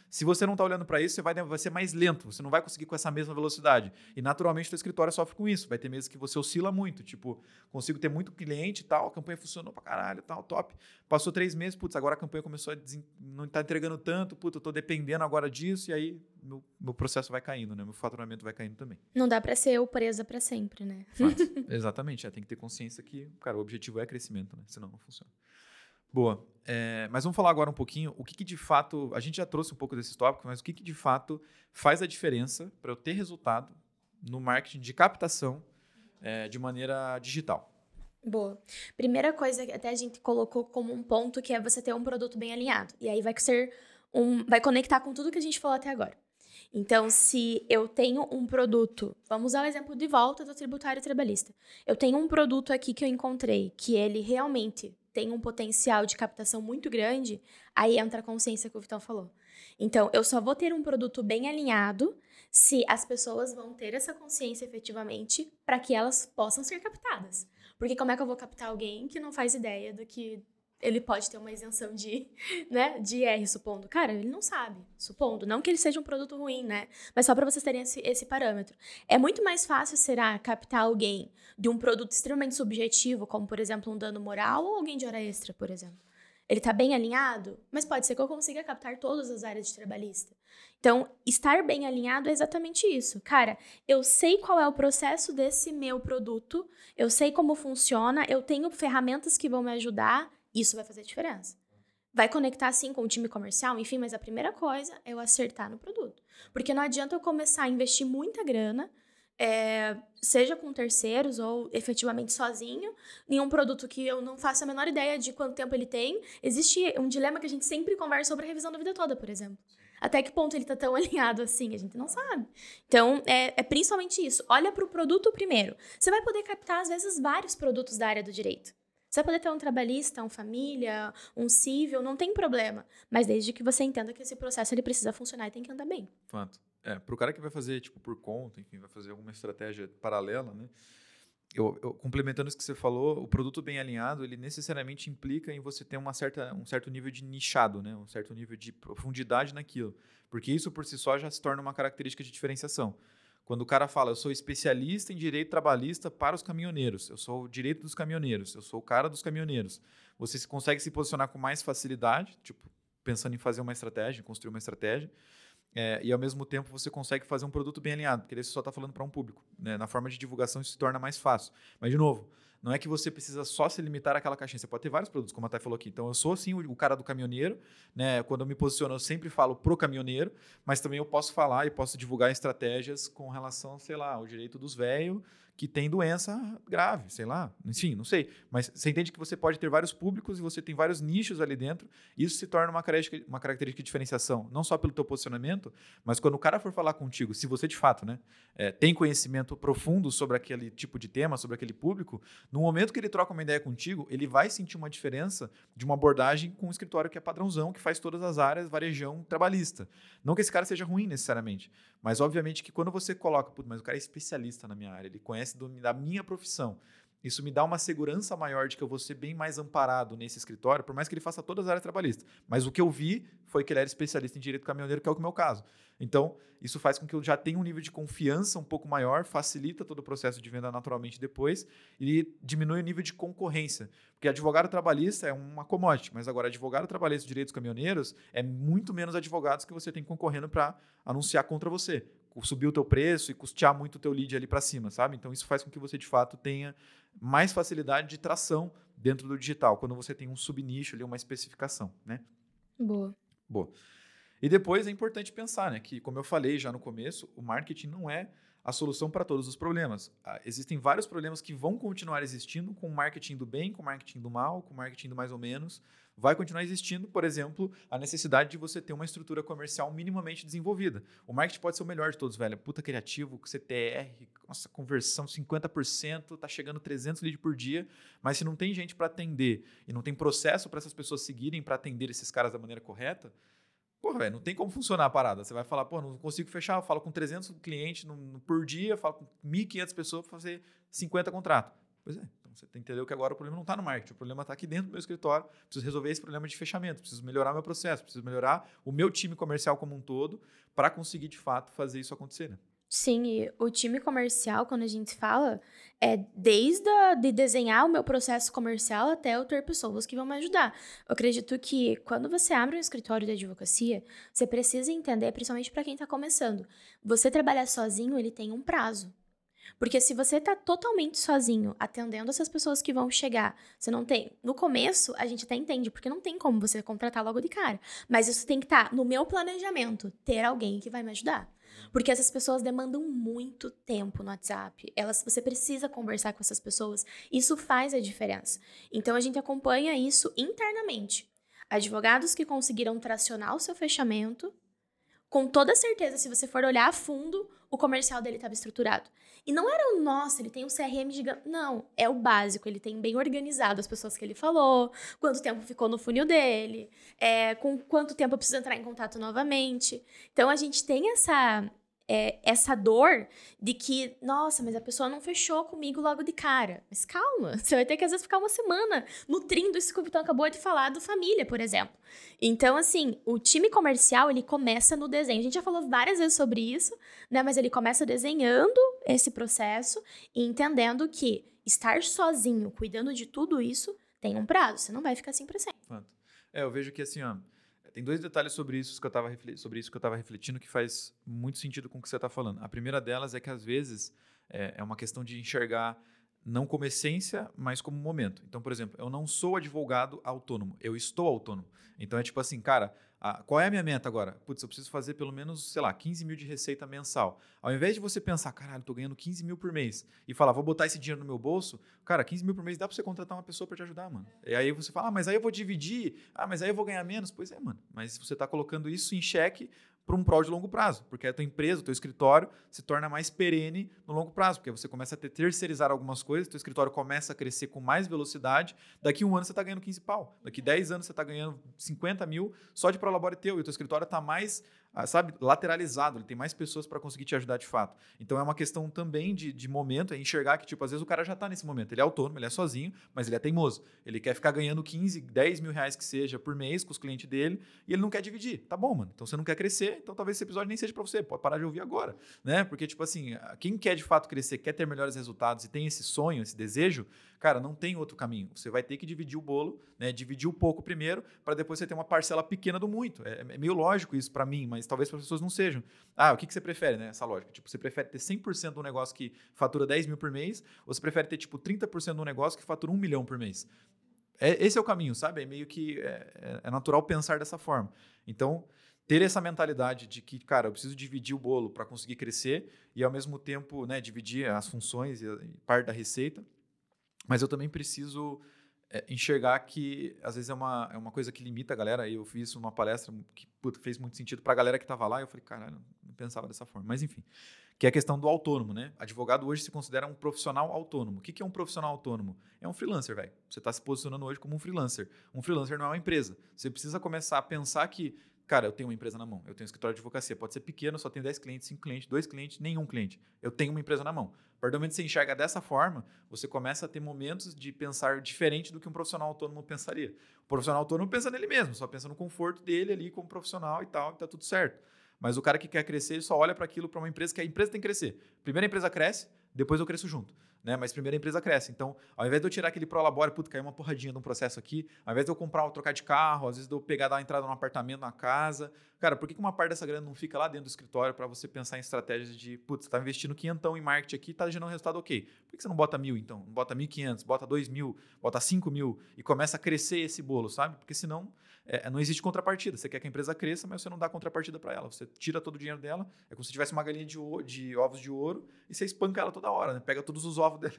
Speaker 1: se você não está olhando para isso, você vai ser mais lento, você não vai conseguir com essa mesma velocidade. E naturalmente o teu escritório sofre com isso. Vai ter meses que você oscila muito, tipo, consigo ter muito cliente e tal, a campanha funcionou pra caralho, tal, top. Passou 3 meses, putz, agora a campanha começou a não está entregando tanto, putz, eu estou dependendo agora disso, e aí meu processo vai caindo, né? Meu faturamento vai caindo também.
Speaker 2: Não dá para ser eu presa para sempre, né?
Speaker 1: Exatamente, tem que ter consciência que, cara, o objetivo é crescimento, né? Senão não funciona. Boa. Mas vamos falar agora um pouquinho o que de fato... A gente já trouxe um pouco desses tópicos, mas o que de fato faz a diferença para eu ter resultado no marketing de captação de maneira digital?
Speaker 2: Boa. Primeira coisa que até a gente colocou como um ponto que é você ter um produto bem alinhado. E aí vai conectar com tudo que a gente falou até agora. Então, se eu tenho um produto... Vamos usar o exemplo de volta do tributário trabalhista. Eu tenho um produto aqui que eu encontrei que ele realmente tem um potencial de captação muito grande, aí entra a consciência que o Vitão falou. Então, eu só vou ter um produto bem alinhado se as pessoas vão ter essa consciência efetivamente para que elas possam ser captadas. Porque como é que eu vou captar alguém que não faz ideia do que ele pode ter uma isenção de IR, supondo? Cara, ele não sabe, supondo. Não que ele seja um produto ruim, né? Mas só para vocês terem esse parâmetro. É muito mais fácil, será, captar alguém de um produto extremamente subjetivo, como, por exemplo, um dano moral, ou alguém de hora extra, por exemplo. Ele tá bem alinhado, mas pode ser que eu consiga captar todas as áreas de trabalhista. Então, estar bem alinhado é exatamente isso. Cara, eu sei qual é o processo desse meu produto, eu sei como funciona, eu tenho ferramentas que vão me ajudar, isso vai fazer diferença. Vai conectar, sim, com o time comercial, enfim, mas a primeira coisa é eu acertar no produto. Porque não adianta eu começar a investir muita grana, seja com terceiros ou efetivamente sozinho, em um produto que eu não faço a menor ideia de quanto tempo ele tem. Existe um dilema que a gente sempre conversa sobre a revisão da vida toda, por exemplo. Até que ponto ele está tão alinhado assim? A gente não sabe. Então, é principalmente isso. Olha para o produto primeiro. Você vai poder captar, às vezes, vários produtos da área do direito. Você vai poder ter um trabalhista, um família, um civil, não tem problema. Mas desde que você entenda que esse processo ele precisa funcionar e tem que andar bem.
Speaker 1: Fato. Para o cara que vai fazer tipo por conta, enfim, vai fazer alguma estratégia paralela, né? Eu complementando isso que você falou, o produto bem alinhado, ele necessariamente implica em você ter um certo nível de nichado, né? Um certo nível de profundidade naquilo. Porque isso por si só já se torna uma característica de diferenciação. Quando o cara fala, eu sou especialista em direito trabalhista para os caminhoneiros, eu sou o direito dos caminhoneiros, eu sou o cara dos caminhoneiros, você consegue se posicionar com mais facilidade, tipo, pensando em fazer uma estratégia, em construir uma estratégia, e ao mesmo tempo você consegue fazer um produto bem alinhado, porque daí você só está falando para um público, né? Na forma de divulgação isso se torna mais fácil. Mas, de novo, não é que você precisa só se limitar àquela caixinha, você pode ter vários produtos, como a Thay falou aqui. Então, eu sou, sim, o cara do caminhoneiro, né? Quando eu me posiciono, eu sempre falo pro caminhoneiro, mas também eu posso falar e posso divulgar estratégias com relação, sei lá, ao direito dos velhos que tem doença grave, sei lá, enfim, não sei. Mas você entende que você pode ter vários públicos e você tem vários nichos ali dentro, e isso se torna uma característica de diferenciação, não só pelo teu posicionamento, mas quando o cara for falar contigo, se você de fato, né, tem conhecimento profundo sobre aquele tipo de tema, sobre aquele público, no momento que ele troca uma ideia contigo, ele vai sentir uma diferença de uma abordagem com um escritório que é padrãozão, que faz todas as áreas, varejão, trabalhista. Não que esse cara seja ruim necessariamente, mas obviamente que quando você coloca, mas o cara é especialista na minha área, ele conhece da minha profissão, isso me dá uma segurança maior de que eu vou ser bem mais amparado nesse escritório, por mais que ele faça todas as áreas trabalhistas. Mas o que eu vi foi que ele era especialista em direito caminhoneiro, que é o meu caso. Então, isso faz com que eu já tenha um nível de confiança um pouco maior, facilita todo o processo de venda naturalmente depois e diminui o nível de concorrência. Porque advogado trabalhista é uma commodity, mas agora advogado trabalhista de direitos caminhoneiros é muito menos advogados que você tem concorrendo para anunciar contra você, subir o teu preço e custear muito o teu lead ali para cima, sabe? Então, isso faz com que você, de fato, tenha mais facilidade de tração dentro do digital, quando você tem um subnicho ali, uma especificação, né?
Speaker 2: Boa.
Speaker 1: E depois é importante pensar, né, que, como eu falei já no começo, o marketing não é a solução para todos os problemas. Existem vários problemas que vão continuar existindo com o marketing do bem, com o marketing do mal, com o marketing do mais ou menos. Vai continuar existindo, por exemplo, a necessidade de você ter uma estrutura comercial minimamente desenvolvida. O marketing pode ser o melhor de todos, velho. Puta criativo, CTR, nossa, conversão 50%, tá chegando 300 leads por dia, mas se não tem gente para atender e não tem processo para essas pessoas seguirem para atender esses caras da maneira correta, porra, velho, não tem como funcionar a parada. Você vai falar, pô, não consigo fechar, eu falo com 300 clientes por dia, falo com 1.500 pessoas para fazer 50 contratos. Pois é, então você tem que entender que agora o problema não está no marketing, o problema está aqui dentro do meu escritório, preciso resolver esse problema de fechamento, preciso melhorar meu processo, preciso melhorar o meu time comercial como um todo para conseguir, de fato, fazer isso acontecer, né?
Speaker 2: Sim, e o time comercial, quando a gente fala, é desde de desenhar o meu processo comercial até eu ter pessoas que vão me ajudar. Eu acredito que quando você abre um escritório de advocacia, você precisa entender, principalmente para quem está começando, você trabalhar sozinho, ele tem um prazo. Porque se você tá totalmente sozinho, atendendo essas pessoas que vão chegar, você não tem... No começo, a gente até entende, porque não tem como você contratar logo de cara. Mas isso tem que estar no meu planejamento, ter alguém que vai me ajudar. Porque essas pessoas demandam muito tempo no WhatsApp. Você precisa conversar com essas pessoas. Isso faz a diferença. Então, a gente acompanha isso internamente. Advogados que conseguiram tracionar o seu fechamento, com toda certeza, se você for olhar a fundo, o comercial dele estava estruturado. E não era nossa, ele tem um CRM gigante. Não, é o básico. Ele tem bem organizado as pessoas que ele falou, quanto tempo ficou no funil dele, com quanto tempo eu preciso entrar em contato novamente. Então, a gente tem essa dor de que, nossa, mas a pessoa não fechou comigo logo de cara. Mas calma, você vai ter que às vezes ficar uma semana nutrindo isso que o Vitão acabou de falar do família, por exemplo. Então, assim, o time comercial, ele começa no desenho. A gente já falou várias vezes sobre isso, né? Mas ele começa desenhando esse processo e entendendo que estar sozinho, cuidando de tudo isso, tem um prazo. Você não vai ficar assim pra sempre.
Speaker 1: Eu vejo que, assim, ó, tem 2 detalhes sobre isso que eu estava refletindo que faz muito sentido com o que você está falando. A primeira delas é que, às vezes, é uma questão de enxergar não como essência, mas como momento. Então, por exemplo, eu não sou advogado autônomo, eu estou autônomo. Então, é tipo assim, cara, qual é a minha meta agora? Putz, eu preciso fazer pelo menos, sei lá, 15 mil de receita mensal. Ao invés de você pensar, caralho, tô ganhando 15 mil por mês, e falar, vou botar esse dinheiro no meu bolso, cara, 15 mil por mês dá pra você contratar uma pessoa pra te ajudar, mano. E aí você fala, mas aí eu vou dividir, mas aí eu vou ganhar menos. Pois é, mano, mas você tá colocando isso em xeque para um prol de longo prazo, porque a tua empresa, o teu escritório se torna mais perene no longo prazo, porque você começa a terceirizar algumas coisas, teu escritório começa a crescer com mais velocidade, daqui 1 ano você está ganhando 15 pau, daqui 10 anos você está ganhando 50 mil só de prolabore teu, e o teu escritório está mais, lateralizado, ele tem mais pessoas para conseguir te ajudar de fato. Então é uma questão também de momento, é enxergar que, tipo, às vezes o cara já está nesse momento, ele é autônomo, ele é sozinho, mas ele é teimoso, ele quer ficar ganhando 15, 10 mil reais que seja por mês com os clientes dele, e ele não quer dividir. Tá bom, mano, então você não quer crescer, então talvez esse episódio nem seja para você, pode parar de ouvir agora, né? Porque, tipo assim, quem quer de fato crescer, quer ter melhores resultados e tem esse sonho, esse desejo, cara, não tem outro caminho. Você vai ter que dividir o bolo, né? Dividir o pouco primeiro, para depois você ter uma parcela pequena do muito. É meio lógico isso para mim, mas talvez para as pessoas não sejam. O que você prefere, né? Essa lógica. Tipo, você prefere ter 100% de um negócio que fatura 10 mil por mês, ou você prefere ter, tipo, 30% de um negócio que fatura 1 milhão por mês? Esse é o caminho, sabe? É meio que é natural pensar dessa forma. Então, ter essa mentalidade de que, cara, eu preciso dividir o bolo para conseguir crescer e, ao mesmo tempo, né, dividir as funções e parte da receita, mas eu também preciso enxergar que, às vezes, é uma coisa que limita a galera. Eu fiz uma palestra que fez muito sentido para a galera que estava lá e eu falei, caralho, não pensava dessa forma. Mas, enfim, que é a questão do autônomo, né? Advogado hoje se considera um profissional autônomo. O que é um profissional autônomo? É um freelancer, velho. Você está se posicionando hoje como um freelancer. Um freelancer não é uma empresa. Você precisa começar a pensar que, cara, eu tenho uma empresa na mão, eu tenho um escritório de advocacia, pode ser pequeno, só tenho 10 clientes, 5 clientes, 2 clientes, nenhum cliente. Eu tenho uma empresa na mão. A partir do momento que você enxerga dessa forma, você começa a ter momentos de pensar diferente do que um profissional autônomo pensaria. O profissional autônomo pensa nele mesmo, só pensa no conforto dele ali como profissional e tal, e tá tudo certo. Mas o cara que quer crescer, ele só olha para aquilo, para uma empresa, que a empresa tem que crescer. Primeiro a empresa cresce, depois eu cresço junto. Né? Mas primeiro a empresa cresce. Então, ao invés de eu tirar aquele prolabore, caiu uma porradinha de um processo aqui, ao invés de eu trocar de carro, às vezes de eu pegar, dar uma entrada num apartamento, na casa, cara, por que uma parte dessa grana não fica lá dentro do escritório para você pensar em estratégias de, você tá investindo 500 em marketing aqui, tá gerando um resultado ok. Por que você não bota 1.000 então? Não bota 1.500, bota 2.000, bota 5.000 e começa a crescer esse bolo, sabe? Porque senão não existe contrapartida. Você quer que a empresa cresça, mas você não dá contrapartida para ela. Você tira todo o dinheiro dela, é como se tivesse uma galinha de ovos de ouro e você espanca ela toda hora, né? Pega todos os ovos dela.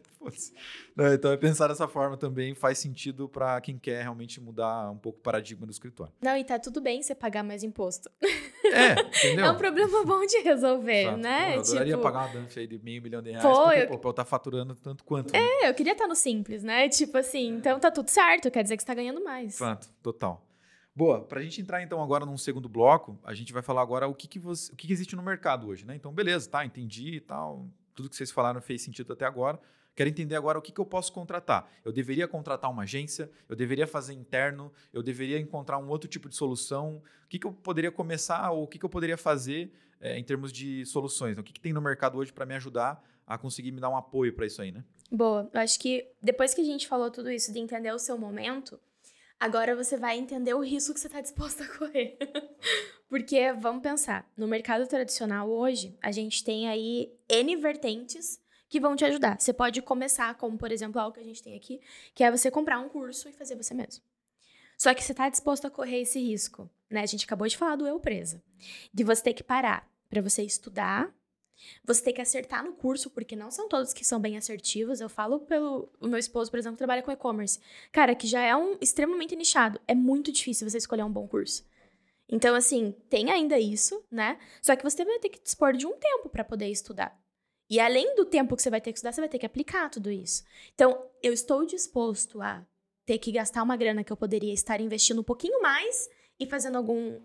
Speaker 1: Então, pensar dessa forma também faz sentido para quem quer realmente mudar um pouco o paradigma do escritório.
Speaker 2: Não, e tá tudo bem você pagar mais imposto.
Speaker 1: Entendeu?
Speaker 2: É um problema bom de resolver,
Speaker 1: Exato.
Speaker 2: né?
Speaker 1: Eu adoraria pagar uma DANF aí de R$500 mil pra eu estar faturando tanto quanto.
Speaker 2: Eu queria estar no simples, né? Tipo assim, então tá tudo certo, quer dizer que você tá ganhando mais.
Speaker 1: Fato, total. Boa, para a gente entrar então agora num segundo bloco, a gente vai falar agora o que existe no mercado hoje, né? Então, beleza, tá, entendi e tal, tudo que vocês falaram fez sentido até agora. Quero entender agora o que eu posso contratar. Eu deveria contratar uma agência? Eu deveria fazer interno? Eu deveria encontrar um outro tipo de solução? O que eu poderia começar ou o que eu poderia fazer em termos de soluções? O que tem no mercado hoje para me ajudar a conseguir me dar um apoio para isso aí, né?
Speaker 2: Boa. Eu acho que depois que a gente falou tudo isso de entender o seu momento, agora você vai entender o risco que você está disposto a correr. Porque, vamos pensar, no mercado tradicional hoje, a gente tem aí N vertentes que vão te ajudar. Você pode começar, como por exemplo, algo que a gente tem aqui, que é você comprar um curso e fazer você mesmo. Só que você está disposto a correr esse risco, né? A gente acabou de falar do eu presa. De você ter que parar para você estudar, você ter que acertar no curso, porque não são todos que são bem assertivos. Eu falo pelo... O meu esposo, por exemplo, trabalha com e-commerce. Cara, que já é extremamente nichado. É muito difícil você escolher um bom curso. Então, assim, tem ainda isso, né? Só que você vai ter que dispor de um tempo para poder estudar. E além do tempo que você vai ter que estudar, você vai ter que aplicar tudo isso. Então, eu estou disposto a ter que gastar uma grana que eu poderia estar investindo um pouquinho mais e fazendo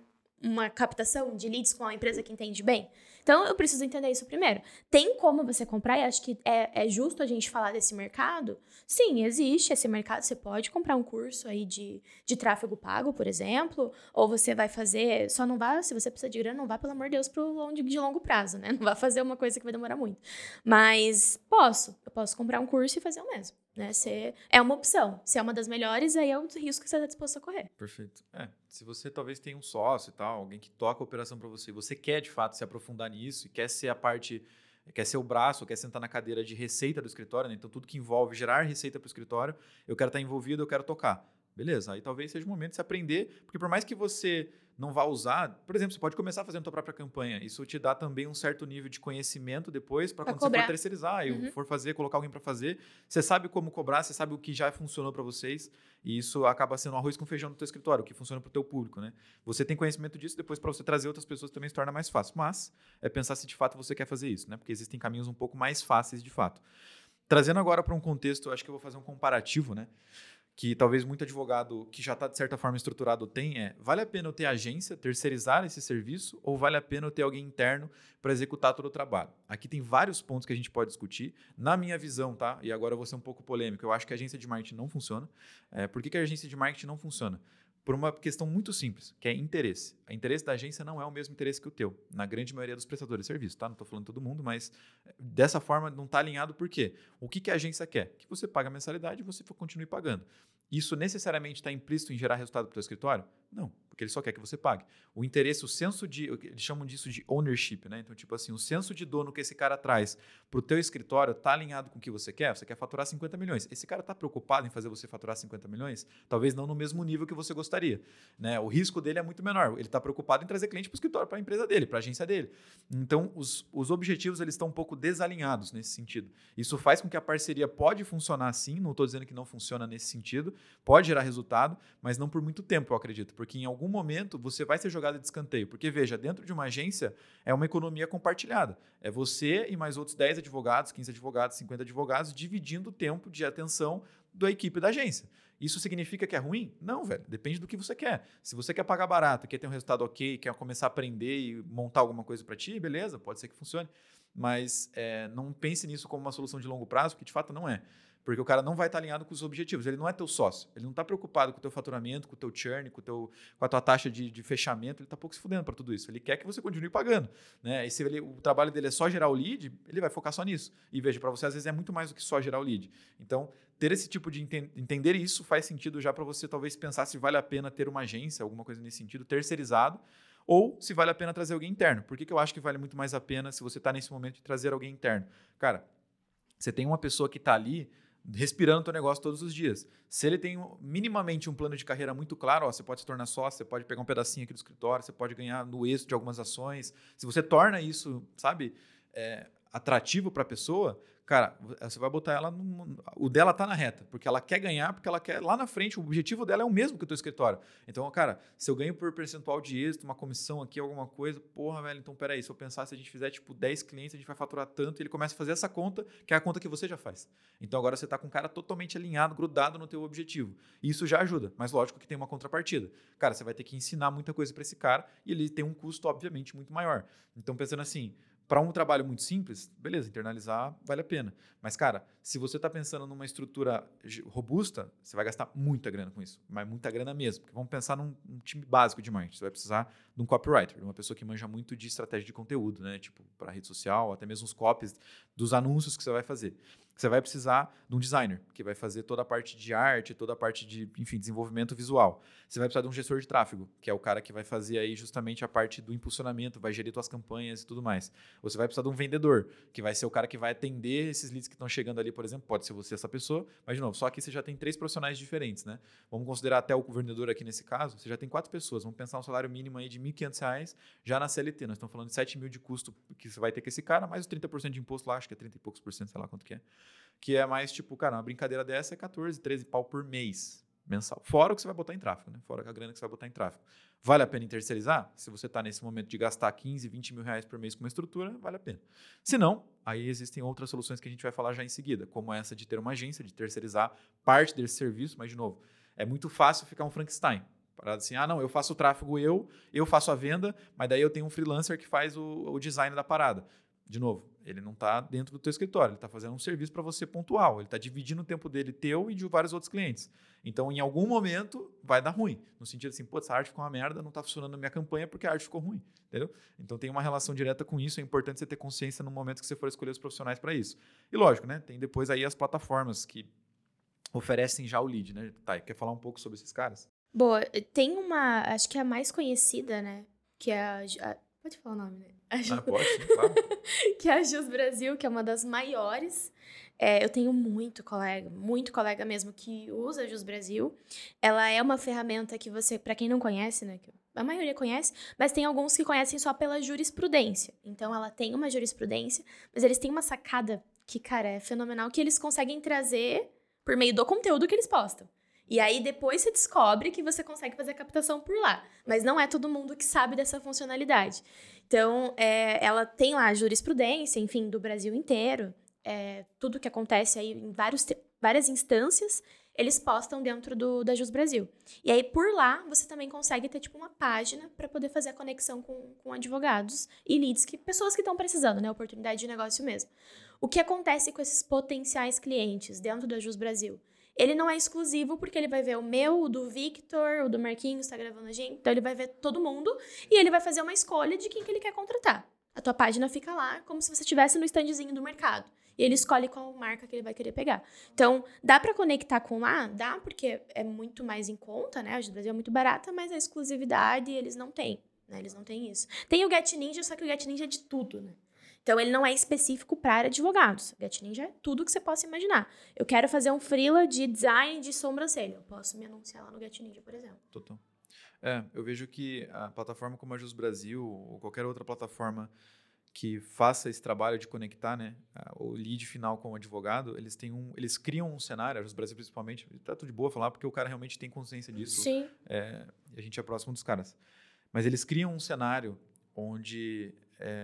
Speaker 2: uma captação de leads com uma empresa que entende bem. Então, eu preciso entender isso primeiro. Tem como você comprar, e acho que é justo a gente falar desse mercado? Sim, existe esse mercado. Você pode comprar um curso aí de tráfego pago, por exemplo, ou você vai fazer, só não vá, se você precisa de grana, não vá, pelo amor de Deus, de longo prazo, né? Não vá fazer uma coisa que vai demorar muito. Mas eu posso comprar um curso e fazer o mesmo. Né? É uma opção. Se é uma das melhores, aí é o risco que você está disposto a correr.
Speaker 1: Perfeito. Se você talvez tenha um sócio e tal, alguém que toca a operação para você, você quer de fato se aprofundar nisso e quer ser a parte, quer ser o braço, quer sentar na cadeira de receita do escritório, né? Então tudo que envolve gerar receita para o escritório, eu quero estar envolvido, eu quero tocar. Beleza, aí talvez seja o momento de se aprender, porque por mais que você não vá usar, por exemplo, você pode começar fazendo a sua própria campanha. Isso te dá também um certo nível de conhecimento depois para quando você for terceirizar e for fazer, colocar alguém para fazer, você sabe como cobrar, você sabe o que já funcionou para vocês e isso acaba sendo um arroz com feijão no teu escritório, o que funciona para o teu público, né? Você tem conhecimento disso, depois para você trazer outras pessoas também se torna mais fácil. Mas é pensar se de fato você quer fazer isso, né? Porque existem caminhos um pouco mais fáceis de fato. Trazendo agora para um contexto, acho que eu vou fazer um comparativo, né? Que talvez muito advogado que já está de certa forma estruturado tem vale a pena eu ter agência, terceirizar esse serviço ou vale a pena eu ter alguém interno para executar todo o trabalho? Aqui tem vários pontos que a gente pode discutir. Na minha visão, tá? E agora eu vou ser um pouco polêmico, eu acho que a agência de marketing não funciona. Por que a agência de marketing não funciona? Por uma questão muito simples, que é interesse. O interesse da agência não é o mesmo interesse que o teu, na grande maioria dos prestadores de serviço, tá? Não estou falando todo mundo, mas dessa forma não está alinhado por quê? O que a agência quer? Que você pague a mensalidade e você continue pagando. Isso necessariamente está implícito em gerar resultado para o teu escritório? Não, porque ele só quer que você pague. O interesse, o senso de... Eles chamam disso de ownership, né? Então, tipo assim, o senso de dono que esse cara traz para o teu escritório está alinhado com o que você quer? Você quer faturar 50 milhões. Esse cara está preocupado em fazer você faturar 50 milhões? Talvez não no mesmo nível que você gostaria. Né? O risco dele é muito menor. Ele está preocupado em trazer cliente para o escritório, para a empresa dele, para a agência dele. Então, os objetivos eles estão um pouco desalinhados nesse sentido. Isso faz com que a parceria pode funcionar sim, não estou dizendo que não funciona nesse sentido, pode gerar resultado, mas não por muito tempo, eu acredito, porque em algum momento você vai ser jogado de escanteio. Porque, veja, dentro de uma agência é uma economia compartilhada. É você e mais outros 10 advogados, 15 advogados, 50 advogados, dividindo o tempo de atenção da equipe da agência. Isso significa que é ruim? Não, velho. Depende do que você quer. Se você quer pagar barato, quer ter um resultado ok, quer começar a aprender e montar alguma coisa para ti, beleza, pode ser que funcione. Mas não pense nisso como uma solução de longo prazo, que de fato não é. Porque o cara não vai estar alinhado com os objetivos. Ele não é teu sócio. Ele não está preocupado com o teu faturamento, com o teu churn, com a tua taxa de fechamento. Ele está pouco se fudendo para tudo isso. Ele quer que você continue pagando. Né? E se o trabalho dele é só gerar o lead, ele vai focar só nisso. E veja, para você às vezes é muito mais do que só gerar o lead. Então, ter esse tipo de entender isso faz sentido já para você talvez pensar se vale a pena ter uma agência, alguma coisa nesse sentido, terceirizado, ou se vale a pena trazer alguém interno. Por que eu acho que vale muito mais a pena se você está nesse momento de trazer alguém interno? Cara, você tem uma pessoa que está ali respirando o teu negócio todos os dias. Se ele tem minimamente um plano de carreira muito claro, você pode se tornar sócio, você pode pegar um pedacinho aqui do escritório, você pode ganhar no êxito de algumas ações. Se você torna isso, sabe, atrativo para a pessoa, cara, você vai botar ela o dela tá na reta, porque ela quer ganhar, porque ela quer lá na frente, o objetivo dela é o mesmo que o teu escritório. Então, cara, se eu ganho por percentual de êxito, uma comissão aqui, alguma coisa, porra, velho, então peraí, se eu pensar, se a gente fizer tipo 10 clientes, a gente vai faturar tanto, e ele começa a fazer essa conta, que é a conta que você já faz. Então agora você tá com o cara totalmente alinhado, grudado no teu objetivo. E isso já ajuda, mas lógico que tem uma contrapartida. Cara, você vai ter que ensinar muita coisa para esse cara, e ele tem um custo, obviamente, muito maior. Então, pensando assim, Para um trabalho muito simples, beleza, internalizar vale a pena. Mas, cara, se você está pensando numa estrutura robusta, você vai gastar muita grana com isso. Mas muita grana mesmo. Porque vamos pensar num time básico de marketing. Você vai precisar de um copywriter, de uma pessoa que manja muito de estratégia de conteúdo, né? Tipo, para rede social, até mesmo os copies dos anúncios que você vai fazer. Você vai precisar de um designer, que vai fazer toda a parte de arte, toda a parte de, enfim, desenvolvimento visual. Você vai precisar de um gestor de tráfego, que é o cara que vai fazer aí justamente a parte do impulsionamento, vai gerir suas campanhas e tudo mais. Você vai precisar de um vendedor, que vai ser o cara que vai atender esses leads que estão chegando ali, por exemplo. Pode ser você essa pessoa, mas, de novo, só que você já tem 3 profissionais diferentes, né? Vamos considerar até o vendedor aqui nesse caso, você já tem 4 pessoas. Vamos pensar um salário mínimo aí de R$ 1.500 já na CLT. Nós estamos falando de 7 mil de custo que você vai ter com esse cara, mais os 30% de imposto lá, acho que é 30 e poucos por cento, sei lá quanto que é. Que é mais tipo, cara, uma brincadeira dessa é 14, 13 pau por mês, mensal. Fora o que você vai botar em tráfego, né? Fora a grana que você vai botar em tráfego. Vale a pena terceirizar? Se você está nesse momento de gastar 15, 20 mil reais por mês com uma estrutura, vale a pena. Se não, aí existem outras soluções que a gente vai falar já em seguida, como essa de ter uma agência, de terceirizar parte desse serviço, mas, de novo, é muito fácil ficar um Frankenstein. Parado assim, não, eu faço o tráfego, eu faço a venda, mas daí eu tenho um freelancer que faz o design da parada. De novo, ele não está dentro do teu escritório, ele está fazendo um serviço para você pontual, ele está dividindo o tempo dele teu e de vários outros clientes. Então, em algum momento, vai dar ruim. No sentido assim, pô, essa arte ficou uma merda, não está funcionando na minha campanha porque a arte ficou ruim, entendeu? Então, tem uma relação direta com isso, é importante você ter consciência no momento que você for escolher os profissionais para isso. E lógico, né? Tem depois aí as plataformas que oferecem já o lead, né? Tá, quer falar um pouco sobre esses caras?
Speaker 2: Boa, tem uma, acho que é a mais conhecida, né? Que é pode falar o nome, né?
Speaker 1: Pode, sim, claro.
Speaker 2: Que é a Jus Brasil, que é uma das maiores. Eu tenho muito colega mesmo que usa a Jus Brasil. Ela é uma ferramenta que você, para quem não conhece, né? A maioria conhece, mas tem alguns que conhecem só pela jurisprudência. Então, ela tem uma jurisprudência, mas eles têm uma sacada que, cara, é fenomenal, que eles conseguem trazer por meio do conteúdo que eles postam. E aí, depois você descobre que você consegue fazer a captação por lá. Mas não é todo mundo que sabe dessa funcionalidade. Então, ela tem lá a jurisprudência, enfim, do Brasil inteiro. Tudo que acontece aí em várias instâncias, eles postam dentro da Jus Brasil. E aí, por lá, você também consegue ter, tipo, uma página para poder fazer a conexão com advogados e leads, pessoas que estão precisando, né? Oportunidade de negócio mesmo. O que acontece com esses potenciais clientes dentro da Jus Brasil? Ele não é exclusivo porque ele vai ver o meu, o do Victor, o do Marquinhos, tá gravando a gente. Então, ele vai ver todo mundo e ele vai fazer uma escolha de quem que ele quer contratar. A tua página fica lá como se você estivesse no standzinho do mercado. E ele escolhe qual marca que ele vai querer pegar. Então, dá pra conectar com lá? Dá, porque é muito mais em conta, né? A Brasil é muito barata, mas a exclusividade eles não têm, né? Eles não têm isso. Tem o Get Ninja, só que o Get Ninja é de tudo, né? Então, ele não é específico para advogados. O Get Ninja é tudo que você possa imaginar. Eu quero fazer um freela de design de sobrancelha. Eu posso me anunciar lá no Get Ninja, por exemplo.
Speaker 1: Total. Eu vejo que a plataforma como a Jus Brasil ou qualquer outra plataforma que faça esse trabalho de conectar, né, o lead final com o advogado, eles criam um cenário, a Jus Brasil principalmente, tá tudo de boa falar, porque o cara realmente tem consciência disso.
Speaker 2: Sim.
Speaker 1: A gente é próximo dos caras. Mas eles criam um cenário onde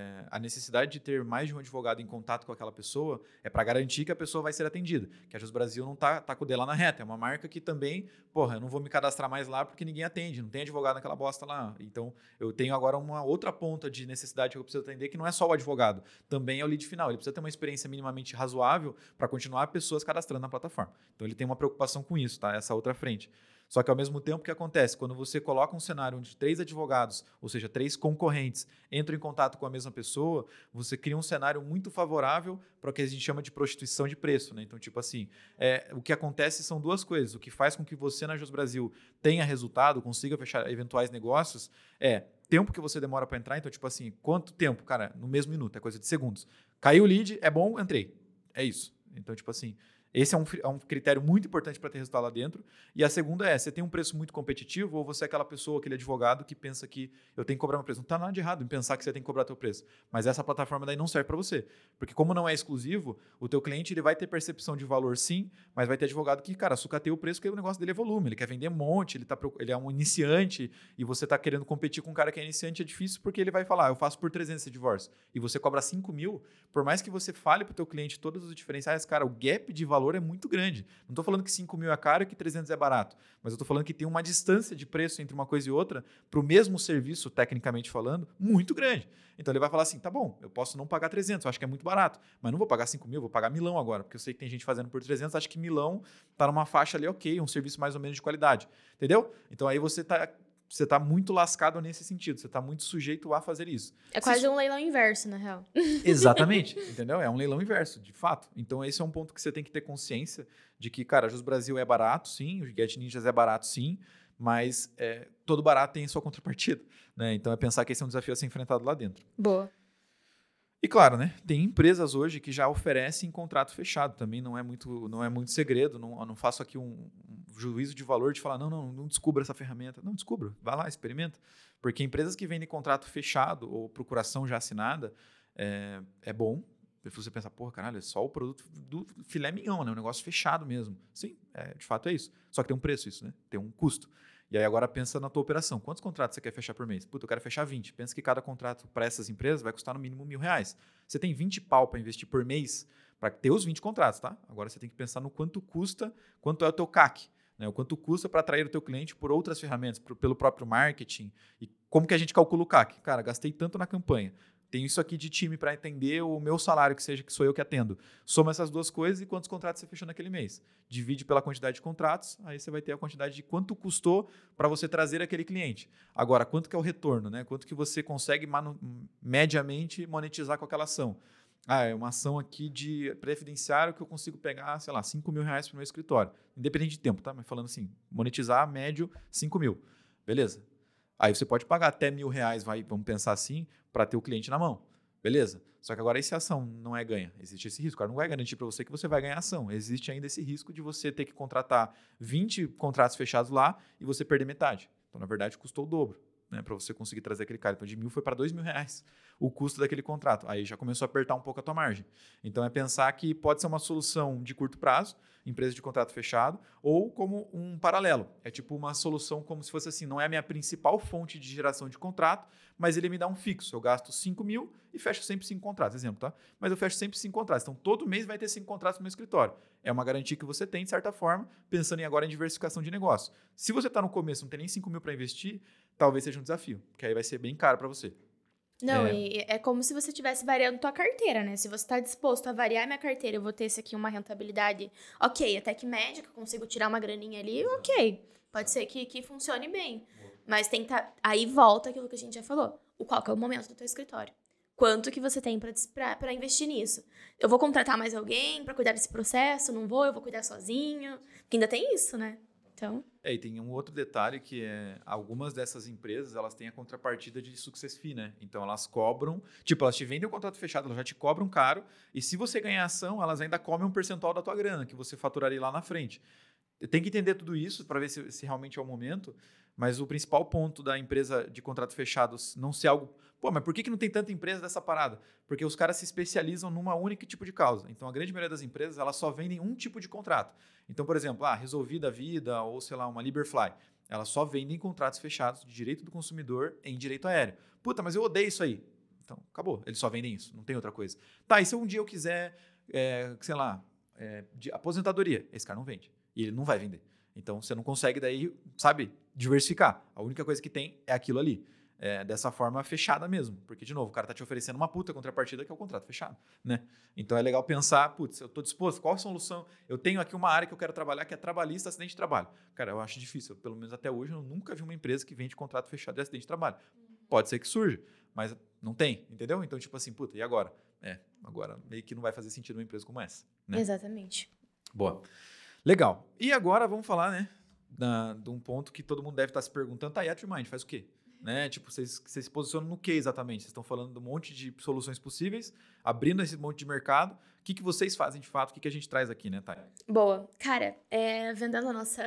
Speaker 1: a necessidade de ter mais de um advogado em contato com aquela pessoa é para garantir que a pessoa vai ser atendida. Que a Jus Brasil não tá com o D lá na reta. É uma marca que também, eu não vou me cadastrar mais lá porque ninguém atende, não tem advogado naquela bosta lá. Então, eu tenho agora uma outra ponta de necessidade que eu preciso atender, que não é só o advogado, também é o lead final. Ele precisa ter uma experiência minimamente razoável para continuar pessoas cadastrando na plataforma. Então, ele tem uma preocupação com isso, tá? Essa outra frente. Só que, ao mesmo tempo, o que acontece? Quando você coloca um cenário onde 3 advogados, ou seja, 3 concorrentes, entram em contato com a mesma pessoa, você cria um cenário muito favorável para o que a gente chama de prostituição de preço, né? Então, tipo assim, o que acontece são 2 coisas. O que faz com que você, na Jus Brasil, tenha resultado, consiga fechar eventuais negócios, tempo que você demora para entrar. Então, tipo assim, quanto tempo? Cara, no mesmo minuto, é coisa de segundos. Caiu o lead, é bom, entrei. É isso. Então, tipo assim, esse é um critério muito importante para ter resultado lá dentro. E a segunda você tem um preço muito competitivo ou você é aquela pessoa, aquele advogado que pensa que eu tenho que cobrar meu preço. Não está nada de errado em pensar que você tem que cobrar teu preço. Mas essa plataforma daí não serve para você. Porque como não é exclusivo, o teu cliente ele vai ter percepção de valor sim, mas vai ter advogado que, cara, sucateia o preço porque o negócio dele é volume. Ele quer vender um monte, ele é um iniciante e você está querendo competir com um cara que é iniciante, é difícil porque ele vai falar, eu faço por 300 esse divórcio. E você cobra 5 mil, por mais que você fale para o teu cliente todos os diferenciais, cara, o gap de valor valor é muito grande. Não estou falando que 5 mil é caro e que 300 é barato, mas eu estou falando que tem uma distância de preço entre uma coisa e outra, para o mesmo serviço, tecnicamente falando, muito grande. Então ele vai falar assim, tá bom, eu posso não pagar 300, eu acho que é muito barato, mas não vou pagar 5 mil, vou pagar milão agora, porque eu sei que tem gente fazendo por 300, acho que milão está numa faixa ali, ok, um serviço mais ou menos de qualidade, entendeu? Então aí você tá muito lascado nesse sentido, você está muito sujeito a fazer isso.
Speaker 2: É quase um leilão inverso, na real.
Speaker 1: Exatamente, entendeu? É um leilão inverso, de fato. Então esse é um ponto que você tem que ter consciência de que, cara, a Jus Brasil é barato, sim, o Get Ninjas é barato, sim, mas todo barato tem sua contrapartida, né? Então é pensar que esse é um desafio a ser enfrentado lá dentro.
Speaker 2: Boa.
Speaker 1: E claro, né? Tem empresas hoje que já oferecem contrato fechado. Também não é muito segredo. Não faço aqui um juízo de valor de falar, não descubra essa ferramenta. Não descubra, vai lá, experimenta. Porque empresas que vendem contrato fechado ou procuração já assinada é bom. Você pensa, porra, caralho, é só o produto do filé mignon, né? Um negócio fechado mesmo. Sim, de fato é isso. Só que tem um preço isso, né? Tem um custo. E aí agora pensa na tua operação. Quantos contratos você quer fechar por mês? Puta, eu quero fechar 20. Pensa que cada contrato para essas empresas vai custar no mínimo R$1.000. Você tem 20 pau para investir por mês para ter os 20 contratos, tá? Agora você tem que pensar no quanto custa, quanto é o teu CAC, né? O quanto custa para atrair o teu cliente por outras ferramentas, pelo próprio marketing. E como que a gente calcula o CAC? Cara, gastei tanto na campanha. Tenho isso aqui de time para atender o meu salário, que seja que sou eu que atendo. Soma essas duas coisas e quantos contratos você fechou naquele mês. Divide pela quantidade de contratos, aí você vai ter a quantidade de quanto custou para você trazer aquele cliente. Agora, quanto que é o retorno, né? Quanto que você consegue mediamente monetizar com aquela ação. É uma ação aqui de previdenciário que eu consigo pegar, sei lá, R$5.000 para o meu escritório. Independente de tempo, tá? Mas falando assim, monetizar médio 5 mil. Beleza. Aí você pode pagar até R$1.000, vamos pensar assim, para ter o cliente na mão. Beleza? Só que agora, e se a ação não é ganha? Existe esse risco. O cara não vai garantir para você que você vai ganhar ação. Existe ainda esse risco de você ter que contratar 20 contratos fechados lá e você perder metade. Então, na verdade, custou o dobro, né, para você conseguir trazer aquele cara. Então, de 1.000 foi para R$2.000 o custo daquele contrato. Aí já começou a apertar um pouco a tua margem. Então, é pensar que pode ser uma solução de curto prazo, empresa de contrato fechado, ou como um paralelo. É tipo uma solução como se fosse assim, não é a minha principal fonte de geração de contrato, mas ele me dá um fixo. Eu gasto 5 mil e fecho sempre 5 contratos, exemplo, tá? Mas eu fecho sempre 5 contratos. Então, todo mês vai ter 5 contratos no meu escritório. É uma garantia que você tem, de certa forma, pensando agora em diversificação de negócio. Se você está no começo, não tem nem 5 mil para investir, talvez seja um desafio, que aí vai ser bem caro para você.
Speaker 2: Não, e é como se você estivesse variando tua carteira, né? Se você está disposto a variar minha carteira, eu vou ter esse aqui uma rentabilidade, ok, até que média, que eu consigo tirar uma graninha ali, ok. Pode ser que funcione bem. Mas tem que aí volta aquilo que a gente já falou. Qual que é o momento do teu escritório? Quanto que você tem para investir nisso? Eu vou contratar mais alguém para cuidar desse processo? Não vou? Eu vou cuidar sozinho? Porque ainda tem isso, né? Então...
Speaker 1: E tem um outro detalhe que algumas dessas empresas, elas têm a contrapartida de success fee, né? Então, elas cobram... Tipo, elas te vendem o contrato fechado, elas já te cobram caro. E se você ganhar ação, elas ainda comem um percentual da tua grana, que você faturaria lá na frente. Tem que entender tudo isso para ver se realmente é o momento. Mas o principal ponto da empresa de contrato fechado não ser algo... Pô, mas por que não tem tanta empresa dessa parada? Porque os caras se especializam numa única tipo de causa. Então, a grande maioria das empresas, elas só vendem um tipo de contrato. Então, por exemplo, Resolvida a Vida ou, sei lá, uma Liberfly. Elas só vendem contratos fechados de direito do consumidor em direito aéreo. Puta, mas eu odeio isso aí. Então, acabou. Eles só vendem isso, não tem outra coisa. Tá, e se um dia eu quiser, sei lá, de aposentadoria? Esse cara não vende. E ele não vai vender. Então, você não consegue daí, sabe, diversificar. A única coisa que tem é aquilo ali. Dessa forma fechada mesmo. Porque, de novo, o cara está te oferecendo uma puta contrapartida que é o contrato fechado, né? Então, é legal pensar, putz, eu estou disposto, qual a solução? Eu tenho aqui uma área que eu quero trabalhar, que é trabalhista, acidente de trabalho. Cara, eu acho difícil. Pelo menos até hoje, eu nunca vi uma empresa que vende contrato fechado de acidente de trabalho. Pode ser que surja, mas não tem, entendeu? Então, tipo assim, puta, e agora? Agora meio que não vai fazer sentido uma empresa como essa, né?
Speaker 2: Exatamente.
Speaker 1: Boa. Legal. E agora vamos falar, né, de um ponto que todo mundo deve estar se perguntando, tá, e a Trimind faz o quê? Né? Tipo, vocês se posicionam no que exatamente? Vocês estão falando de um monte de soluções possíveis, abrindo esse monte de mercado. O que vocês fazem de fato? O que a gente traz aqui, né, Thay?
Speaker 2: Boa. Cara, vendendo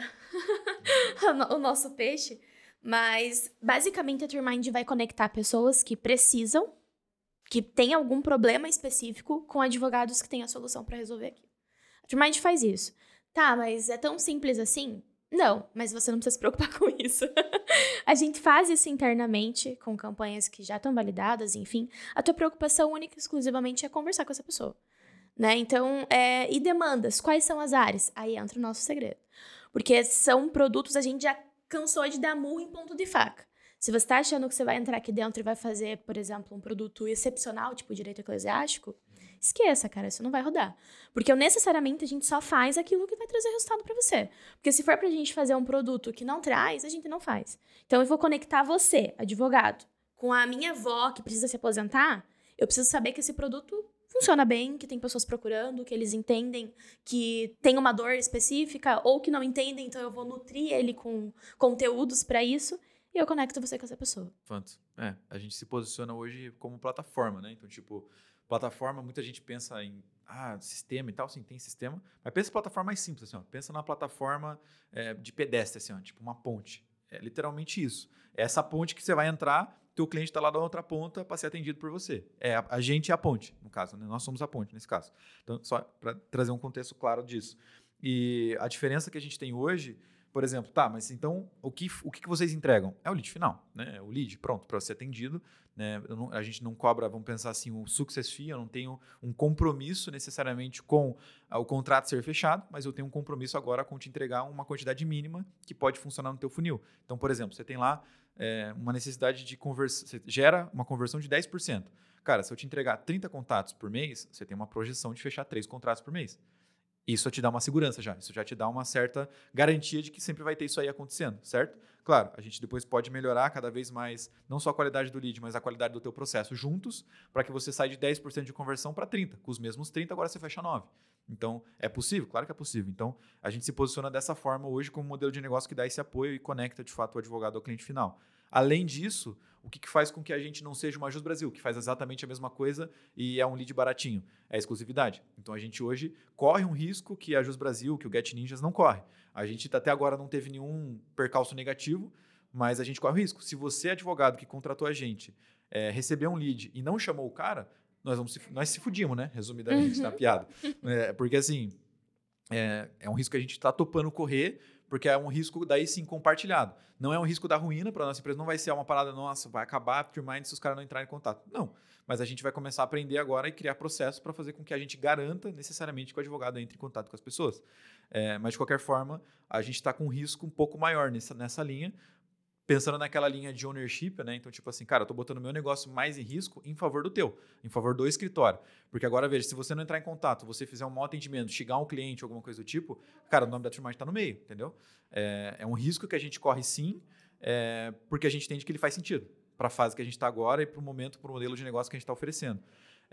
Speaker 2: o nosso peixe, mas basicamente a Trimind vai conectar pessoas que precisam, que têm algum problema específico, com advogados que têm a solução para resolver aqui. A Trimind faz isso. Tá, mas é tão simples assim? Não, mas você não precisa se preocupar com isso. A gente faz isso internamente, com campanhas que já estão validadas, enfim. A tua preocupação única e exclusivamente é conversar com essa pessoa. né? Então, e demandas? Quais são as áreas? Aí entra o nosso segredo. Porque são produtos, a gente já cansou de dar murro em ponto de faca. Se você tá achando que você vai entrar aqui dentro e vai fazer, por exemplo, um produto excepcional, tipo direito eclesiástico, esqueça, cara, isso não vai rodar. Porque necessariamente a gente só faz aquilo que vai trazer resultado pra você. Porque se for pra gente fazer um produto que não traz, a gente não faz. Então eu vou conectar você, advogado, com a minha avó que precisa se aposentar, eu preciso saber que esse produto funciona bem, que tem pessoas procurando, que eles entendem que tem uma dor específica, ou que não entendem, então eu vou nutrir ele com conteúdos pra isso, e eu conecto você com essa pessoa.
Speaker 1: Fanto. A gente se posiciona hoje como plataforma, né? Então, tipo, plataforma, muita gente pensa em sistema e tal, sim, tem sistema, mas pensa em plataforma mais simples, assim, ó. Pensa na plataforma de pedestre, assim, ó, tipo uma ponte. É literalmente isso. É essa ponte que você vai entrar, teu cliente está lá da outra ponta para ser atendido por você. A gente é a ponte, no caso, né? Nós somos a ponte nesse caso. Então, só para trazer um contexto claro disso. E a diferença que a gente tem hoje, por exemplo, mas então o que vocês entregam? É o lead final, né? É o lead, pronto, para ser atendido. Né? A gente não cobra, vamos pensar assim, o success fee, eu não tenho um compromisso necessariamente com o contrato ser fechado, mas eu tenho um compromisso agora com te entregar uma quantidade mínima que pode funcionar no teu funil. Então, por exemplo, você tem lá uma necessidade de conversão, você gera uma conversão de 10%. Cara, se eu te entregar 30 contatos por mês, você tem uma projeção de fechar 3 contratos por mês. Isso te dá uma segurança já. Isso já te dá uma certa garantia de que sempre vai ter isso aí acontecendo, certo? Claro, a gente depois pode melhorar cada vez mais, não só a qualidade do lead, mas a qualidade do teu processo juntos, para que você saia de 10% de conversão para 30%. Com os mesmos 30%, agora você fecha 9%. Então, é possível? Claro que é possível. Então, a gente se posiciona dessa forma hoje como modelo de negócio que dá esse apoio e conecta, de fato, o advogado ao cliente final. Além disso, o que faz com que a gente não seja uma Jus Brasil, que faz exatamente a mesma coisa e é um lead baratinho? É a exclusividade. Então, a gente hoje corre um risco que a Jus Brasil, que o Get Ninjas não corre. A gente até agora não teve nenhum percalço negativo, mas a gente corre o risco. Se você, advogado que contratou a gente, receber um lead e não chamou o cara, nós se fudimos, né? Resumidamente, na piada. Porque assim, é um risco que a gente está topando correr, porque é um risco daí sim compartilhado. Não é um risco da ruína para a nossa empresa, não vai ser uma parada, nossa, vai acabar a Trimind se os caras não entrarem em contato. Não, mas a gente vai começar a aprender agora e criar processos para fazer com que a gente garanta necessariamente que o advogado entre em contato com as pessoas. Mas de qualquer forma, a gente está com um risco um pouco maior nessa linha, pensando naquela linha de ownership, né? Então, tipo assim, cara, eu tô botando meu negócio mais em risco em favor do teu, em favor do escritório. Porque agora, veja, se você não entrar em contato, você fizer um mau atendimento, chegar um cliente, alguma coisa do tipo, cara, o nome da Trimind tá no meio, entendeu? É um risco que a gente corre sim, porque a gente entende que ele faz sentido para a fase que a gente está agora e para o momento, para o modelo de negócio que a gente está oferecendo.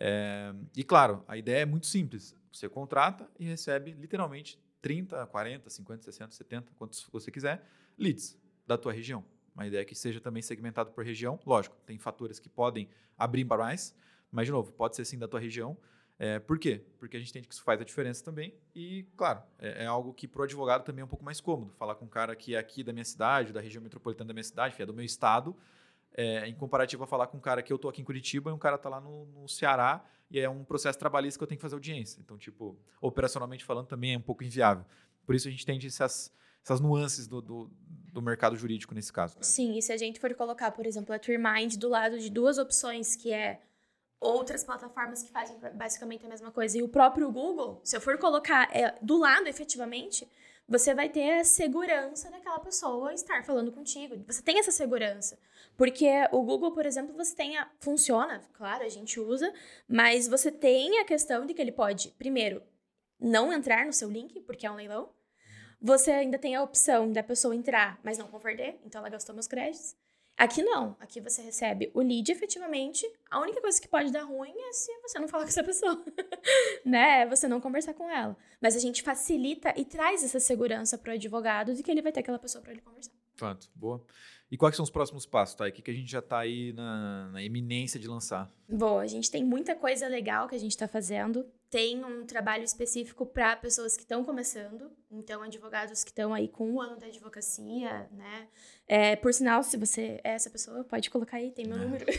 Speaker 1: E claro, a ideia é muito simples. Você contrata e recebe literalmente 30, 40, 50, 60, 70, quantos você quiser, leads da tua região. Uma ideia que seja também segmentado por região. Lógico, tem fatores que podem abrir para mais, mas, de novo, pode ser sim da tua região. Por quê? Porque a gente entende que isso faz a diferença também e, claro, é algo que para o advogado também é um pouco mais cômodo. Falar com um cara que é aqui da minha cidade, da região metropolitana da minha cidade, é do meu estado, em comparativo a falar com um cara que eu estou aqui em Curitiba e um cara está lá no Ceará e é um processo trabalhista que eu tenho que fazer audiência. Então, tipo, operacionalmente falando também é um pouco inviável. Por isso a gente entende essas nuances do mercado jurídico nesse caso. Né?
Speaker 2: Sim, e se a gente for colocar, por exemplo, a Trimind do lado de duas opções, que é outras plataformas que fazem basicamente a mesma coisa, e o próprio Google, se eu for colocar do lado efetivamente, você vai ter a segurança daquela pessoa estar falando contigo. Você tem essa segurança. Porque o Google, por exemplo, funciona, claro, a gente usa, mas você tem a questão de que ele pode, primeiro, não entrar no seu link, porque é um leilão. Você ainda tem a opção da pessoa entrar, mas não converter, então ela gastou meus créditos. Aqui não, aqui você recebe o lead efetivamente, a única coisa que pode dar ruim é se você não falar com essa pessoa, né? Você não conversar com ela. Mas a gente facilita e traz essa segurança para o advogado de que ele vai ter aquela pessoa para ele conversar.
Speaker 1: Fato, boa. E quais são os próximos passos, Thay? O que a gente já está aí na iminência de lançar?
Speaker 2: Bom, a gente tem muita coisa legal que a gente está fazendo. Tem um trabalho específico para pessoas que estão começando. Então, advogados que estão aí com 1 ano da advocacia, né? Por sinal, se você é essa pessoa, pode colocar aí, tem meu número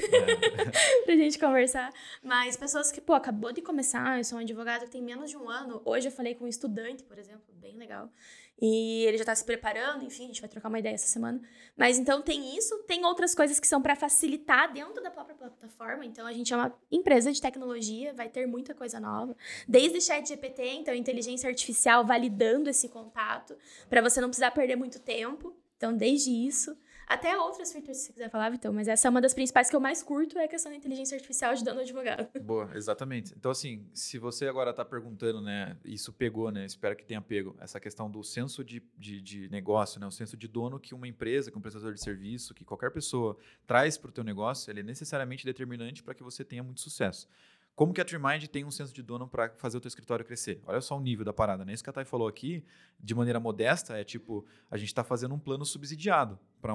Speaker 2: pra gente conversar. Mas pessoas que, acabou de começar, eu sou um advogado que tem menos de 1 ano. Hoje eu falei com um estudante, por exemplo, bem legal. E ele já tá se preparando, enfim, a gente vai trocar uma ideia essa semana. Mas então tem isso, tem outras coisas que são para facilitar dentro da própria plataforma. Então a gente é uma empresa de tecnologia, vai ter muita coisa nova. Desde ChatGPT, então inteligência artificial validando esse contato, para você não precisar perder muito tempo. Então desde isso, até outras features se você quiser falar, Vitão, mas essa é uma das principais que eu mais curto, é a questão da inteligência artificial ajudando o advogado.
Speaker 1: Boa, exatamente. Então, assim, se você agora está perguntando, né, isso pegou, né, espero que tenha pego, essa questão do senso de negócio, né, o senso de dono que uma empresa, que um prestador de serviço, que qualquer pessoa traz para o teu negócio, ele é necessariamente determinante para que você tenha muito sucesso. Como que a TreeMind tem um senso de dono para fazer o teu escritório crescer? Olha só o nível da parada, né? Isso que a Thay falou aqui, de maneira modesta, é tipo, a gente está fazendo um plano subsidiado para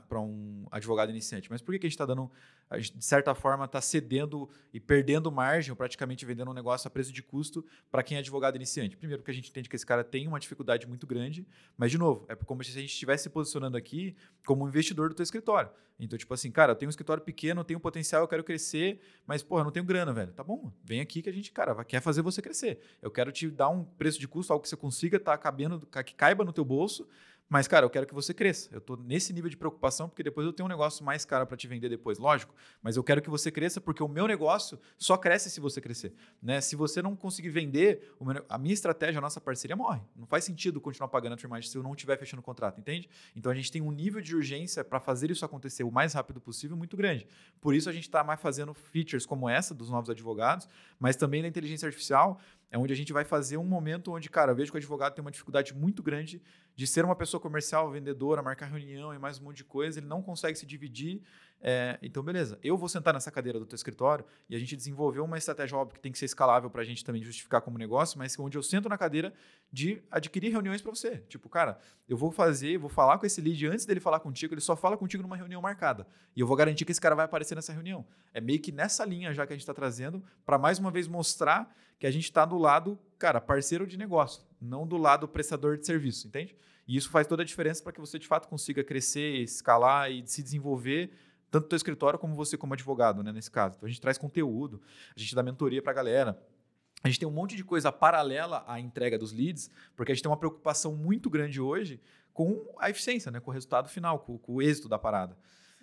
Speaker 1: um advogado iniciante. Mas por que a gente está dando, a gente, de certa forma, está cedendo e perdendo margem, ou praticamente vendendo um negócio a preço de custo para quem é advogado iniciante? Primeiro, porque a gente entende que esse cara tem uma dificuldade muito grande, mas, de novo, é como se a gente estivesse se posicionando aqui como um investidor do teu escritório. Então, tipo assim, cara, eu tenho um escritório pequeno, eu tenho potencial, eu quero crescer, mas, porra, eu não tenho grana, velho. Tá bom, vem aqui que a gente, cara, quer fazer você crescer. Eu quero te dar um preço de custo, algo que você consiga estar cabendo, que caiba no teu bolso, mas, cara, eu quero que você cresça. Eu tô nesse nível de preocupação, porque depois eu tenho um negócio mais caro para te vender depois, lógico, mas eu quero que você cresça porque o meu negócio só cresce se você crescer, né? Se você não conseguir vender, a minha estratégia, a nossa parceria morre. Não faz sentido continuar pagando a TreeMind se eu não estiver fechando o contrato, entende? Então a gente tem um nível de urgência para fazer isso acontecer o mais rápido possível muito grande. Por isso a gente está mais fazendo features como essa dos novos advogados, mas também da inteligência artificial, é onde a gente vai fazer um momento onde, cara, eu vejo que o advogado tem uma dificuldade muito grande de ser uma pessoa comercial, vendedora, marcar reunião e mais um monte de coisa, ele não consegue se dividir. Então, beleza, eu vou sentar nessa cadeira do teu escritório e a gente desenvolveu uma estratégia, óbvio, que tem que ser escalável para a gente também justificar como negócio, mas onde eu sento na cadeira de adquirir reuniões para você. Tipo, cara, eu vou falar com esse lead antes dele falar contigo, ele só fala contigo numa reunião marcada. E eu vou garantir que esse cara vai aparecer nessa reunião. É meio que nessa linha já que a gente está trazendo para mais uma vez mostrar que a gente está do lado, cara, parceiro de negócio, não do lado prestador de serviço, entende? E isso faz toda a diferença para que você, de fato, consiga crescer, escalar e se desenvolver, tanto no teu escritório como você como advogado, né, nesse caso. Então, a gente traz conteúdo, a gente dá mentoria para a galera. A gente tem um monte de coisa paralela à entrega dos leads, porque a gente tem uma preocupação muito grande hoje com a eficiência, né, com o resultado final, com o êxito da parada.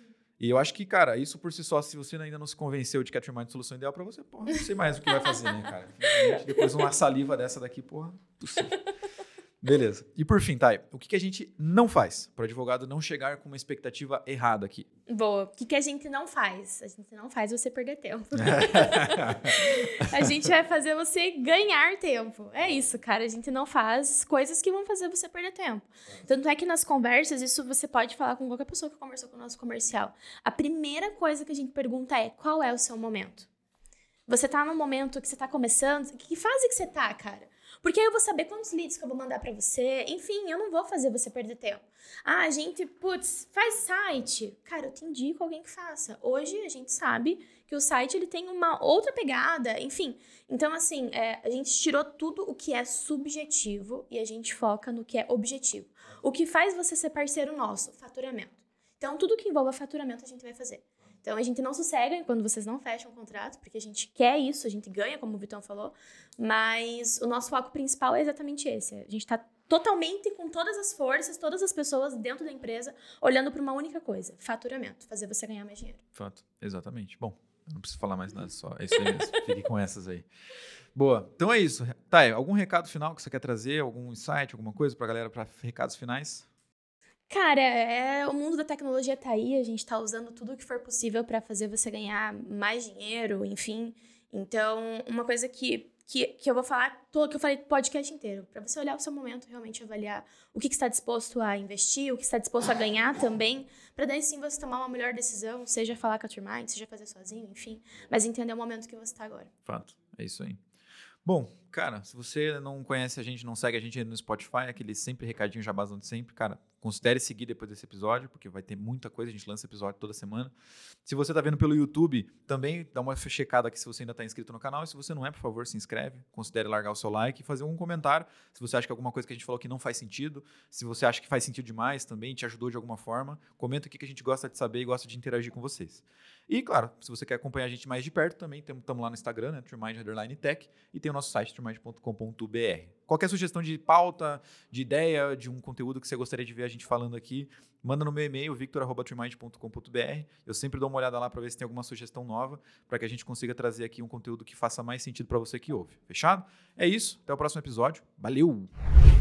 Speaker 1: E eu acho que, cara, isso por si só, se você ainda não se convenceu de que a TreeMind é a solução ideal para você, porra, não sei mais o que vai fazer, né, cara? Depois uma saliva dessa daqui, porra, possível. Beleza. E por fim, Thay, o que a gente não faz para o advogado não chegar com uma expectativa errada aqui?
Speaker 2: Boa. O que a gente não faz? A gente não faz você perder tempo. A gente vai fazer você ganhar tempo. É isso, cara. A gente não faz coisas que vão fazer você perder tempo. Tanto é que nas conversas, isso você pode falar com qualquer pessoa que conversou com o nosso comercial. A primeira coisa que a gente pergunta é: qual é o seu momento? Você tá no momento que você tá começando? Que fase que você tá, cara? Porque aí eu vou saber quantos leads que eu vou mandar pra você. Enfim, eu não vou fazer você perder tempo. Ah, a gente, faz site. Cara, eu te indico alguém que faça. Hoje a gente sabe que o site ele tem uma outra pegada. Enfim, então assim, a gente tirou tudo o que é subjetivo e a gente foca no que é objetivo. O que faz você ser parceiro nosso? Faturamento. Então, tudo que envolva faturamento a gente vai fazer. Então, a gente não sossega quando vocês não fecham o contrato, porque a gente quer isso, a gente ganha, como o Vitão falou, mas o nosso foco principal é exatamente esse. A gente está totalmente com todas as forças, todas as pessoas dentro da empresa, olhando para uma única coisa: faturamento, fazer você ganhar mais dinheiro.
Speaker 1: Fato, exatamente. Bom, eu não preciso falar mais nada, só é isso aí mesmo. Fique com essas aí. Boa, então é isso. Thay, algum recado final que você quer trazer? Algum insight, alguma coisa para a galera, para recados finais?
Speaker 2: Cara, o mundo da tecnologia tá aí, a gente tá usando tudo o que for possível para fazer você ganhar mais dinheiro, enfim. Então, uma coisa que eu vou falar, que eu falei o podcast inteiro, para você olhar o seu momento, realmente avaliar o que está disposto a investir, o que está disposto a ganhar também, para daí sim você tomar uma melhor decisão, seja falar com a TreeMind, seja fazer sozinho, enfim, mas entender o momento que você está agora.
Speaker 1: Fato, é isso aí. Bom, Cara, se você não conhece a gente, não segue a gente aí no Spotify, aquele sempre recadinho jabazão de sempre, cara, considere seguir depois desse episódio, porque vai ter muita coisa, a gente lança episódio toda semana. Se você tá vendo pelo YouTube, também dá uma checada aqui se você ainda tá inscrito no canal, e se você não é, por favor, se inscreve, considere largar o seu like e fazer um comentário, se você acha que alguma coisa que a gente falou aqui não faz sentido, se você acha que faz sentido demais também, te ajudou de alguma forma, comenta aqui que a gente gosta de saber e gosta de interagir com vocês. E, claro, se você quer acompanhar a gente mais de perto, também estamos lá no Instagram, né, Trimind_Tech, e tem o nosso site, trimind.com.br. Qualquer sugestão de pauta, de ideia, de um conteúdo que você gostaria de ver a gente falando aqui, manda no meu e-mail, victor@trimind.com.br. Eu sempre dou uma olhada lá para ver se tem alguma sugestão nova, para que a gente consiga trazer aqui um conteúdo que faça mais sentido para você que ouve. Fechado? É isso, até o próximo episódio. Valeu!